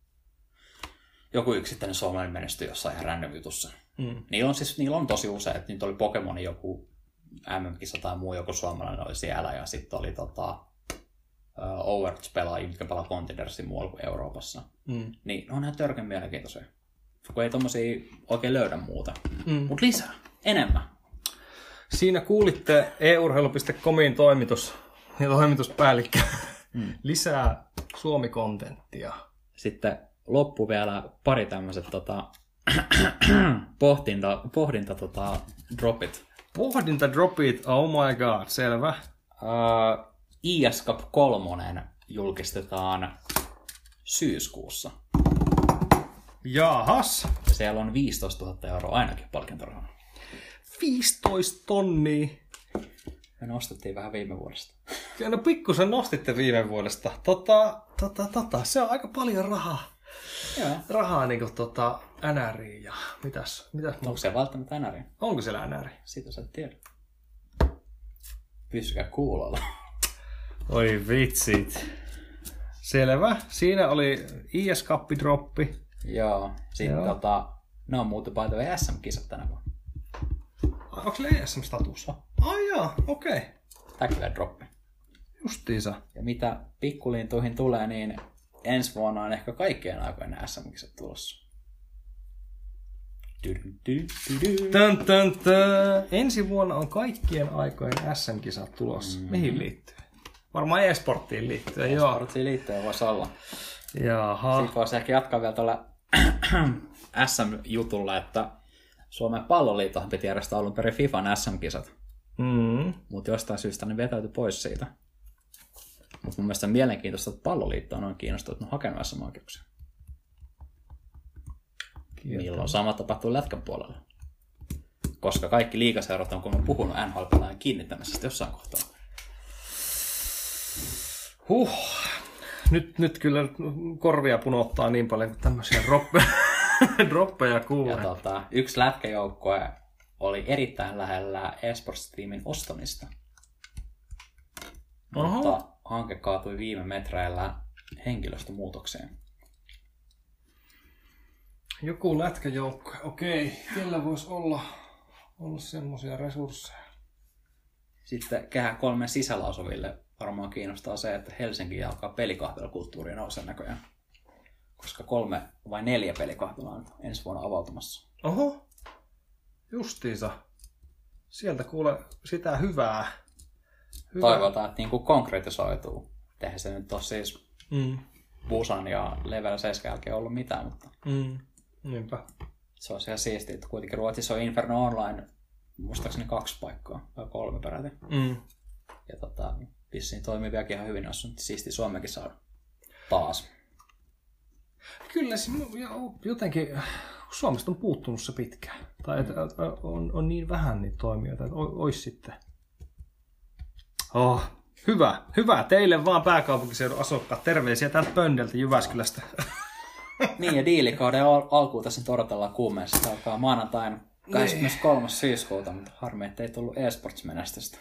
joku yksittäinen suomalainen menestyy jossain ihan random jutussa. Mm. Niillä on, siis, niillä on tosi usein, että nyt oli Pokemonin joku M M-kisa tai muu joku suomalainen oli siellä ja sitten oli tota, uh, Overwatch-pelaajia, mitkä pelaa Contendersin muualla kuin Euroopassa. Mm. Niin ne on ihan törkeän mielenkiintoisia. Kun ei tommosia oikein löydä muuta. Mm. Mut lisää, enemmän. Siinä kuulitte e urheilu piste comin toimitus ja toimituspäällikkö. Mm. Lisää Suomi-kontenttia. Sitten loppu vielä pari tämmöiset tota, pohdinta, pohdinta tota, dropit. Pohdinta dropit, oh my god, selvä. Uh, I S Cup kolme julkistetaan syyskuussa. Jaahas. Ja siellä on viisitoistatuhatta euroa ainakin palkintorahaa. viisitoista tonnia. Me nostettiin vähän viime vuodesta. No pikkusen nostitte viime vuodesta. Tota, tota, tota, se on aika paljon rahaa. Joo. Rahaa niinku tota N R I ja mitäs, mitäs Onko se välttämättä N R I? Onko siellä N R I? Siitä sä et tiedä. Pysykää kuulolla. Oi vitsit. Selvä. Siinä oli I S Cup-droppi. Joo. Sitten Joo. tota, ne on muuten by the way S M-kisat tänä vuonna. Onko se E S M-status? Ai jaa, okei. Okay. Tää droppi. Justiinsa. Ja mitä pikkulintuihin tulee, niin ensi vuonna on ehkä kaikkien aikojen S M-kisat tulossa. Tän, tän, tän. Ensi vuonna on kaikkien aikojen S M-kisat tulossa. Mm-hmm. Mihin liittyy? Varmaan e-sporttiin liittyy, e- joo. E-sporttiin liittyen voisi olla. Jaha. Sitten voisi ehkä jatkaa vielä tuolla S M-jutulla, että Suomen palloliittohan piti järjestää alun perin FIFAn S M-kisat. Mm. Mutta jostain syystä ne vetäytyi pois siitä. Mutta mun mielestä on mielenkiintoista, että palloliitto on noin kiinnostunut, että ne on hakenut S M-oikeuksia. Milloin sama tapahtuu lätkän puolella? Koska kaikki liigaseurat on, kun on puhunut N H L-pelaajan kiinnittämisestä jossain kohtaa. Huh. Nyt, nyt kyllä korvia punottaa niin paljon kuin tämmöisiä droppeja, droppeja kuulee. Ja tota, yksi lätkäjoukkue oli erittäin lähellä eSports-tiimin ostamista. Oho. Mutta hanke kaatui viime metreillä henkilöstömuutokseen. Joku lätkäjoukko, okei. Kellä voisi olla, olla semmoisia resursseja? Sitten Kehä kolmen sisällä asuville varmaan kiinnostaa se, että Helsinki alkaa pelikahvilakulttuuria nousee näköjään. Koska kolme vai neljä pelikahvilaa on ensi vuonna avautumassa. Oho, justiinsa. Sieltä kuule sitä hyvää. Hyvä. Toivotaan, että niinku konkretisoituu. Eihän se nyt ole siis Mm. Busan ja Level seitsemän jälkeen ollut mitään, mutta Mm. Niinpä. se on ihan siistiä, että kuitenkin Ruotsissa on Inferno Online muistaakseni kaksi paikkaa, vai kolme peräti. Mm. Ja tota, vissiin toimiviakin ihan hyvin, olisi nyt siisti Suomenkin saada taas. Kyllä se jotenkin, Suomesta on puuttunut se pitkään. Tai että on, on niin vähän niitä toimijoita, että olisi sitten. Oh, hyvä, hyvä. Teille vaan pääkaupunkiseudun asukkaat. Terveisiä täältä Pöndeltä Jyväskylästä. Niin, ja diilikauden al- alkuun tässä nyt odotellaan kuumeessa. Se alkaa maanantaina kahdeskymmeneskolmas syyskuuta, mutta harmi, että ei tullut e-sports-menestystä.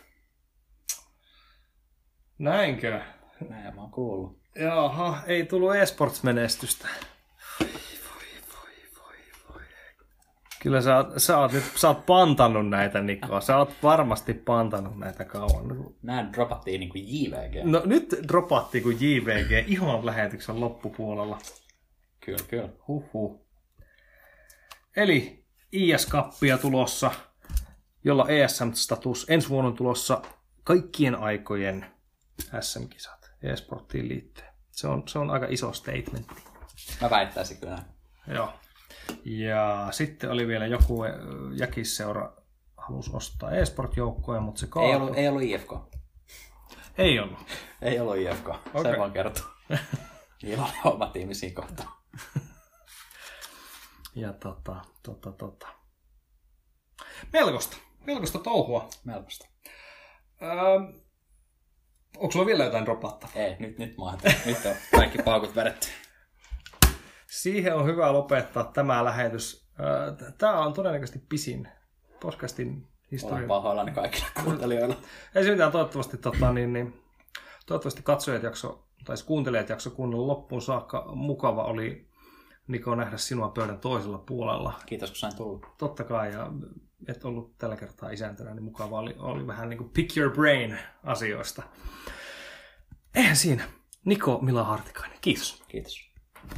Näinkö? Näin mä oon kuullut. Jaha, ei tullut e-sports-menestystä. Voi, voi, voi, voi, voi. Kyllä sä, sä, oot nyt, sä oot pantannut näitä, Niko. Sä oot varmasti pantannut näitä kauan. Näin dropattiin niin kuin J V G. No nyt dropattiin kuin J V G ihan lähetyksen loppupuolella. Kyllä, kyllä. Huhhuh. Eli I S-kappia tulossa, jolla E S M-status. Ensi vuonna on tulossa kaikkien aikojen S M-kisat e-sporttiin liittyen. Se on, se on aika iso statementti. Mä väittäisin kyllä. Joo. Ja sitten oli vielä joku jäkisseura halusi ostaa e-sport-joukkoja, mutta se kaatui. Ei ollut, ei ollut I F K. Ei ollut. Ei ollut I F K. Okay. Se vaan kertoo. Niillä oli oma tiimi siinä kohtaa. Ja tota, tota, tota. Melkoista. Melkoista touhua. Melkoista. Öö, onko sulla vielä jotain dropattavaa? Ei, nyt, nyt mahtaa. Nyt on kaikki paukut vedetty. Siihen on hyvä lopettaa tämä lähetys. Tämä on todennäköisesti pisin podcastin historia. Olen pahoillani kaikille kuuntelijoille. Ei se mitään, toivottavasti, tota, niin, niin, toivottavasti katsojat jakso, tai kuuntelijat jakso kuunnella loppuun saakka. Mukava oli, Niko, nähdä sinua pöydän toisella puolella. Kiitos, kun sain tulla. Totta kai, ja et ollut tällä kertaa isäntänä, niin mukava oli, oli vähän niin kuin pick your brain asioista. Eihän siinä. Niko Mila Hartikainen, kiitos. Kiitos.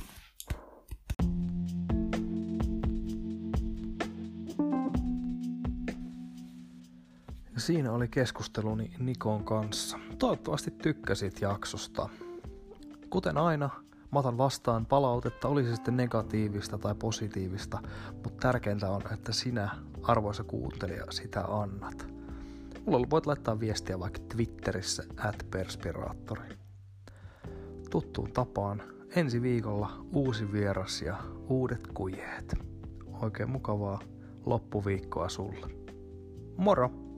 Siinä oli keskusteluni Nikon kanssa. Toivottavasti tykkäsit jaksosta. Kuten aina, mä otan vastaan palautetta, oli se sitten negatiivista tai positiivista, mutta tärkeintä on, että sinä, arvoisa kuuntelija, sitä annat. Mulla voit laittaa viestiä vaikka Twitterissä at perspiraattori. Tuttuun tapaan ensi viikolla uusi vieras ja uudet kujeet. Oikein mukavaa loppuviikkoa sulle. Moro!